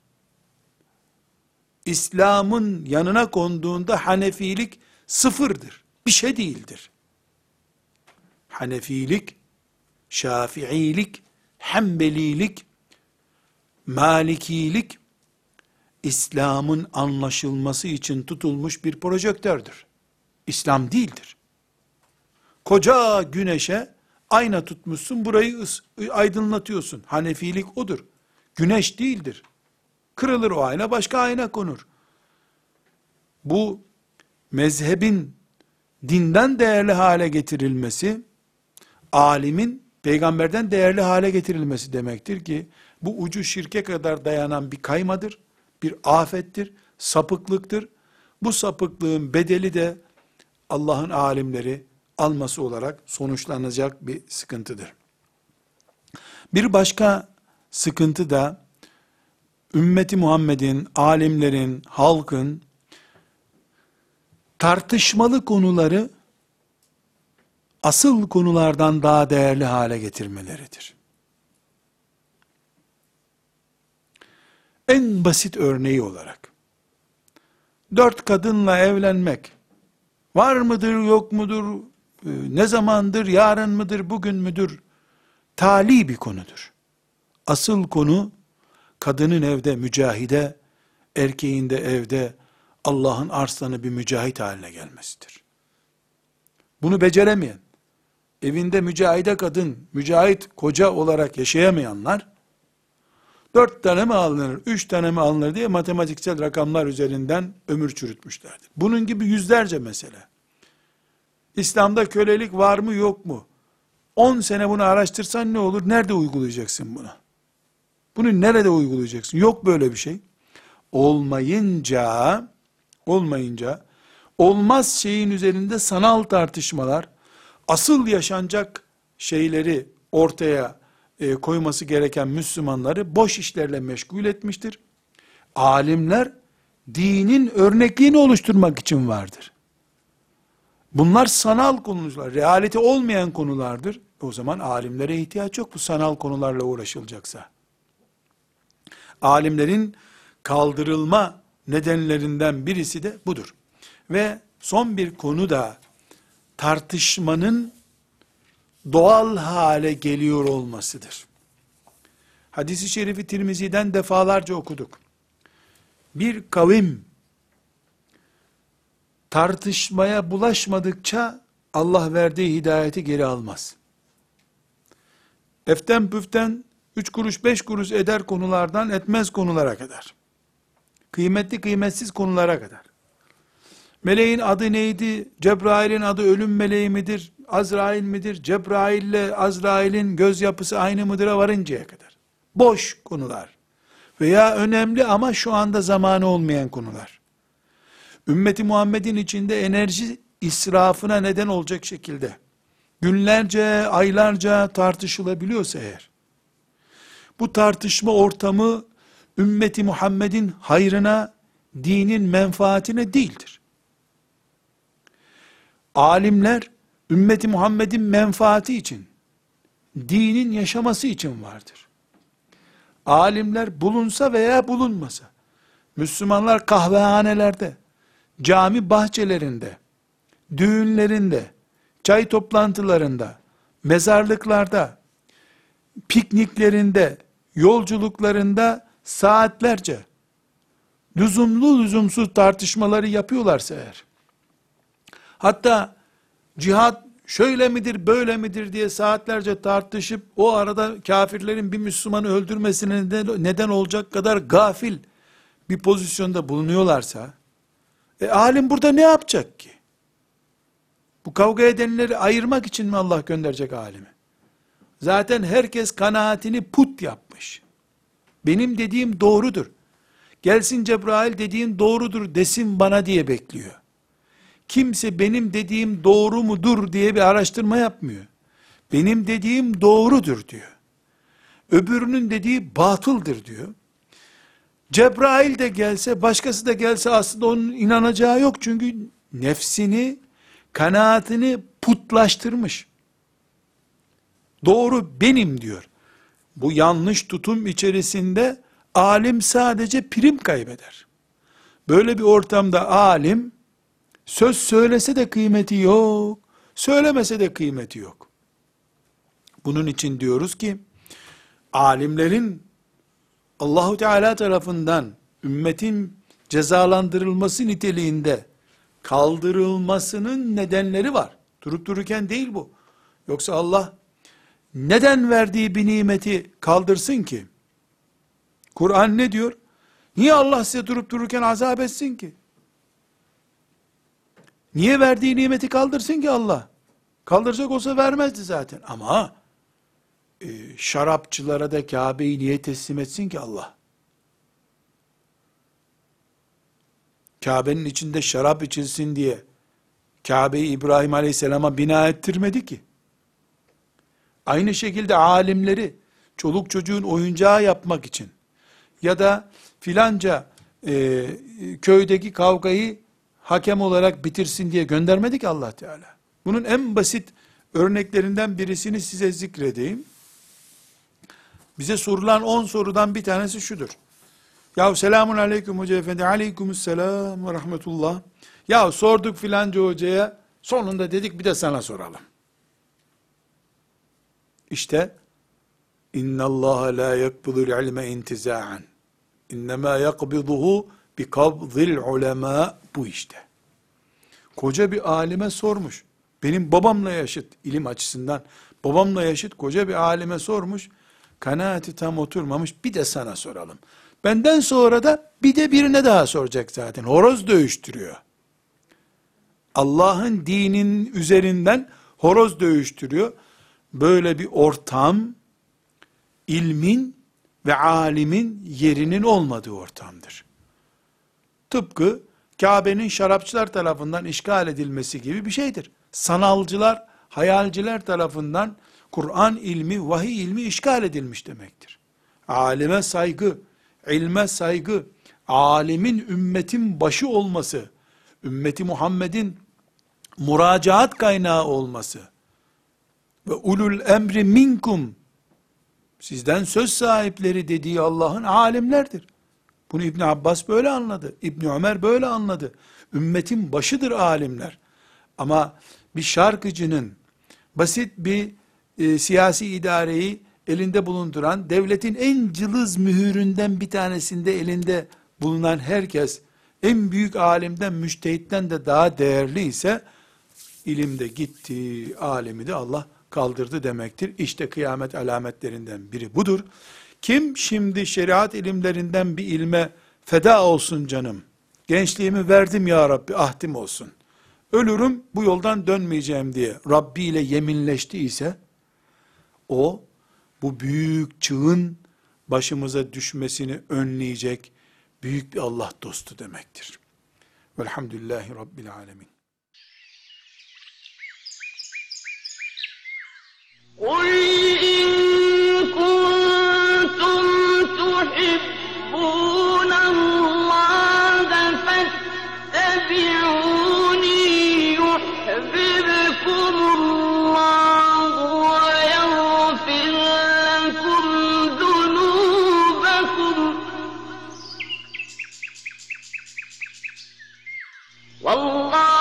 İslam'ın yanına konduğunda Hanefilik sıfırdır. Bir şey değildir. Hanefilik, Şafiilik, Hanbelilik, Malikilik, İslam'ın anlaşılması için tutulmuş bir projektördür. İslam değildir. Koca güneşe ayna tutmuşsun, burayı ıs- aydınlatıyorsun. Hanefilik odur. Güneş değildir. Kırılır o ayna, başka ayna konur. Bu mezhebin dinden değerli hale getirilmesi, alimin peygamberden değerli hale getirilmesi demektir ki, bu ucu şirke kadar dayanan bir kaymadır, bir afettir, sapıklıktır. Bu sapıklığın bedeli de Allah'ın alimleri alması olarak sonuçlanacak bir sıkıntıdır. Bir başka sıkıntı da, ümmeti Muhammed'in, alimlerin, halkın tartışmalı konuları asıl konulardan daha değerli hale getirmeleridir. En basit örneği olarak, dört kadınla evlenmek var mıdır, yok mudur, ne zamandır, yarın mıdır, bugün müdür, tali bir konudur. Asıl konu, kadının evde mücahide, erkeğin de evde Allah'ın arslanı bir mücahit haline gelmesidir. Bunu beceremeyen, evinde mücahide kadın, mücahit koca olarak yaşayamayanlar, dört tane mi alınır, üç tane mi alınır diye matematiksel rakamlar üzerinden ömür çürütmüşlerdir. Bunun gibi yüzlerce mesele. İslam'da kölelik var mı yok mu? on sene bunu araştırsan ne olur? Nerede uygulayacaksın bunu? Bunu nerede uygulayacaksın? Yok böyle bir şey. Olmayınca, olmayınca, olmaz şeyin üzerinde sanal tartışmalar, asıl yaşanacak şeyleri ortaya e, koyması gereken Müslümanları boş işlerle meşgul etmiştir. Alimler, dinin örnekliğini oluşturmak için vardır. Bunlar sanal konular, realite olmayan konulardır. O zaman alimlere ihtiyaç yok bu sanal konularla uğraşılacaksa. Alimlerin kaldırılma nedenlerinden birisi de budur. Ve son bir konu da tartışmanın doğal hale geliyor olmasıdır. Hadis-i şerifi Tirmizi'den defalarca okuduk. Bir kavim tartışmaya bulaşmadıkça Allah verdiği hidayeti geri almaz. Eften püften üç kuruş beş kuruş eder konulardan etmez konulara kadar. Kıymetli kıymetsiz konulara kadar. Meleğin adı neydi? Cebrail'in adı ölüm meleği midir? Azrail midir? Cebrail ile Azrail'in göz yapısı aynı mıdır'a varıncaya kadar. Boş konular. Veya önemli ama şu anda zamanı olmayan konular. Ümmeti Muhammed'in içinde enerji israfına neden olacak şekilde günlerce, aylarca tartışılabiliyorsa eğer, bu tartışma ortamı ümmeti Muhammed'in hayrına, dinin menfaatine değildir. Alimler, ümmeti Muhammed'in menfaati için, dinin yaşaması için vardır. Alimler bulunsa veya bulunmasa, Müslümanlar kahvehanelerde, cami bahçelerinde, düğünlerinde, çay toplantılarında, mezarlıklarda, pikniklerinde, yolculuklarında saatlerce lüzumlu lüzumsuz tartışmaları yapıyorlarsa eğer, hatta cihat şöyle midir böyle midir diye saatlerce tartışıp o arada kafirlerin bir Müslümanı öldürmesine neden olacak kadar gafil bir pozisyonda bulunuyorlarsa, e alim burada ne yapacak ki? Bu kavga edenleri ayırmak için mi Allah gönderecek alimi? Zaten herkes kanaatini put yapmış. Benim dediğim doğrudur. Gelsin Cebrail dediğin doğrudur desin bana diye bekliyor. Kimse benim dediğim doğru mudur diye bir araştırma yapmıyor. Benim dediğim doğrudur diyor. Öbürünün dediği batıldır diyor. Cebrail de gelse, başkası da gelse aslında onun inanacağı yok. Çünkü nefsini, kanaatini putlaştırmış. Doğru benim diyor. Bu yanlış tutum içerisinde alim sadece prim kaybeder. Böyle bir ortamda alim, söz söylese de kıymeti yok, söylemese de kıymeti yok. Bunun için diyoruz ki, alimlerin Allahu Teala tarafından ümmetin cezalandırılması niteliğinde kaldırılmasının nedenleri var. Durup dururken değil bu. Yoksa Allah neden verdiği bir nimeti kaldırsın ki? Kur'an ne diyor? Niye Allah size durup dururken azap etsin ki? Niye verdiği nimeti kaldırsın ki Allah? Kaldıracak olsa vermezdi zaten. Ama e, şarapçılara da Kabe'yi niye teslim etsin ki Allah? Kabe'nin içinde şarap içilsin diye Kabe'yi İbrahim Aleyhisselam'a bina ettirmedi ki. Aynı şekilde alimleri çoluk çocuğun oyuncağı yapmak için ya da filanca e, köydeki kavgayı hakem olarak bitirsin diye göndermedi ki Allah Teala. Bunun en basit örneklerinden birisini size zikredeyim. Bize sorulan on sorudan bir tanesi şudur. Ya selamun aleyküm hoca efendi, aleykümselam ve rahmetullah. Ya sorduk filanca hocaya, sonunda dedik bir de sana soralım. İşte inna Allah la yakbidul ilme intiza'an. İnnemâ yakbiduhu bi kabzil ulema, bu işte. Koca bir alime sormuş. Benim babamla yaşıt ilim açısından babamla yaşıt koca bir alime sormuş. Kanaati tam oturmamış. Bir de sana soralım. Benden sonra da bir de birine daha soracak zaten. Horoz dövüştürüyor. Allah'ın dininin üzerinden horoz dövüştürüyor. Böyle bir ortam ilmin ve alimin yerinin olmadığı ortamdır. Tıpkı Kabe'nin şarapçılar tarafından işgal edilmesi gibi bir şeydir. Sanalcılar, hayalciler tarafından Kur'an ilmi, vahiy ilmi işgal edilmiş demektir. Alime saygı, ilme saygı, alimin ümmetin başı olması, ümmeti Muhammed'in müracaat kaynağı olması ve ulul emri minkum, sizden söz sahipleri dediği Allah'ın alimlerdir. Bunu İbn Abbas böyle anladı. İbn Ömer böyle anladı. Ümmetin başıdır alimler. Ama bir şarkıcının basit bir e, siyasi idareyi elinde bulunduran, devletin en cılız mühüründen bir tanesinde elinde bulunan herkes, en büyük alimden, müştehitten de daha değerli ise, ilimde gitti, alimi de Allah kaldırdı demektir. İşte kıyamet alametlerinden biri budur. Kim şimdi şeriat ilimlerinden bir ilme feda olsun canım, gençliğimi verdim ya Rabbi, ahdim olsun, ölürüm bu yoldan dönmeyeceğim diye Rabbi ile yeminleşti ise, o bu büyük çığın başımıza düşmesini önleyecek büyük bir Allah dostu demektir. Velhamdülillahi Rabbil alemin. قُلْ إِن كُنتُمْ تُحِبُّونَ اللَّهَ فَاتَّبِعُونِي يُحْبِبْكُمُ اللَّهُ وَيَغْفِرْ لَكُمْ ذُنُوبَكُمْ وَاللَّهُ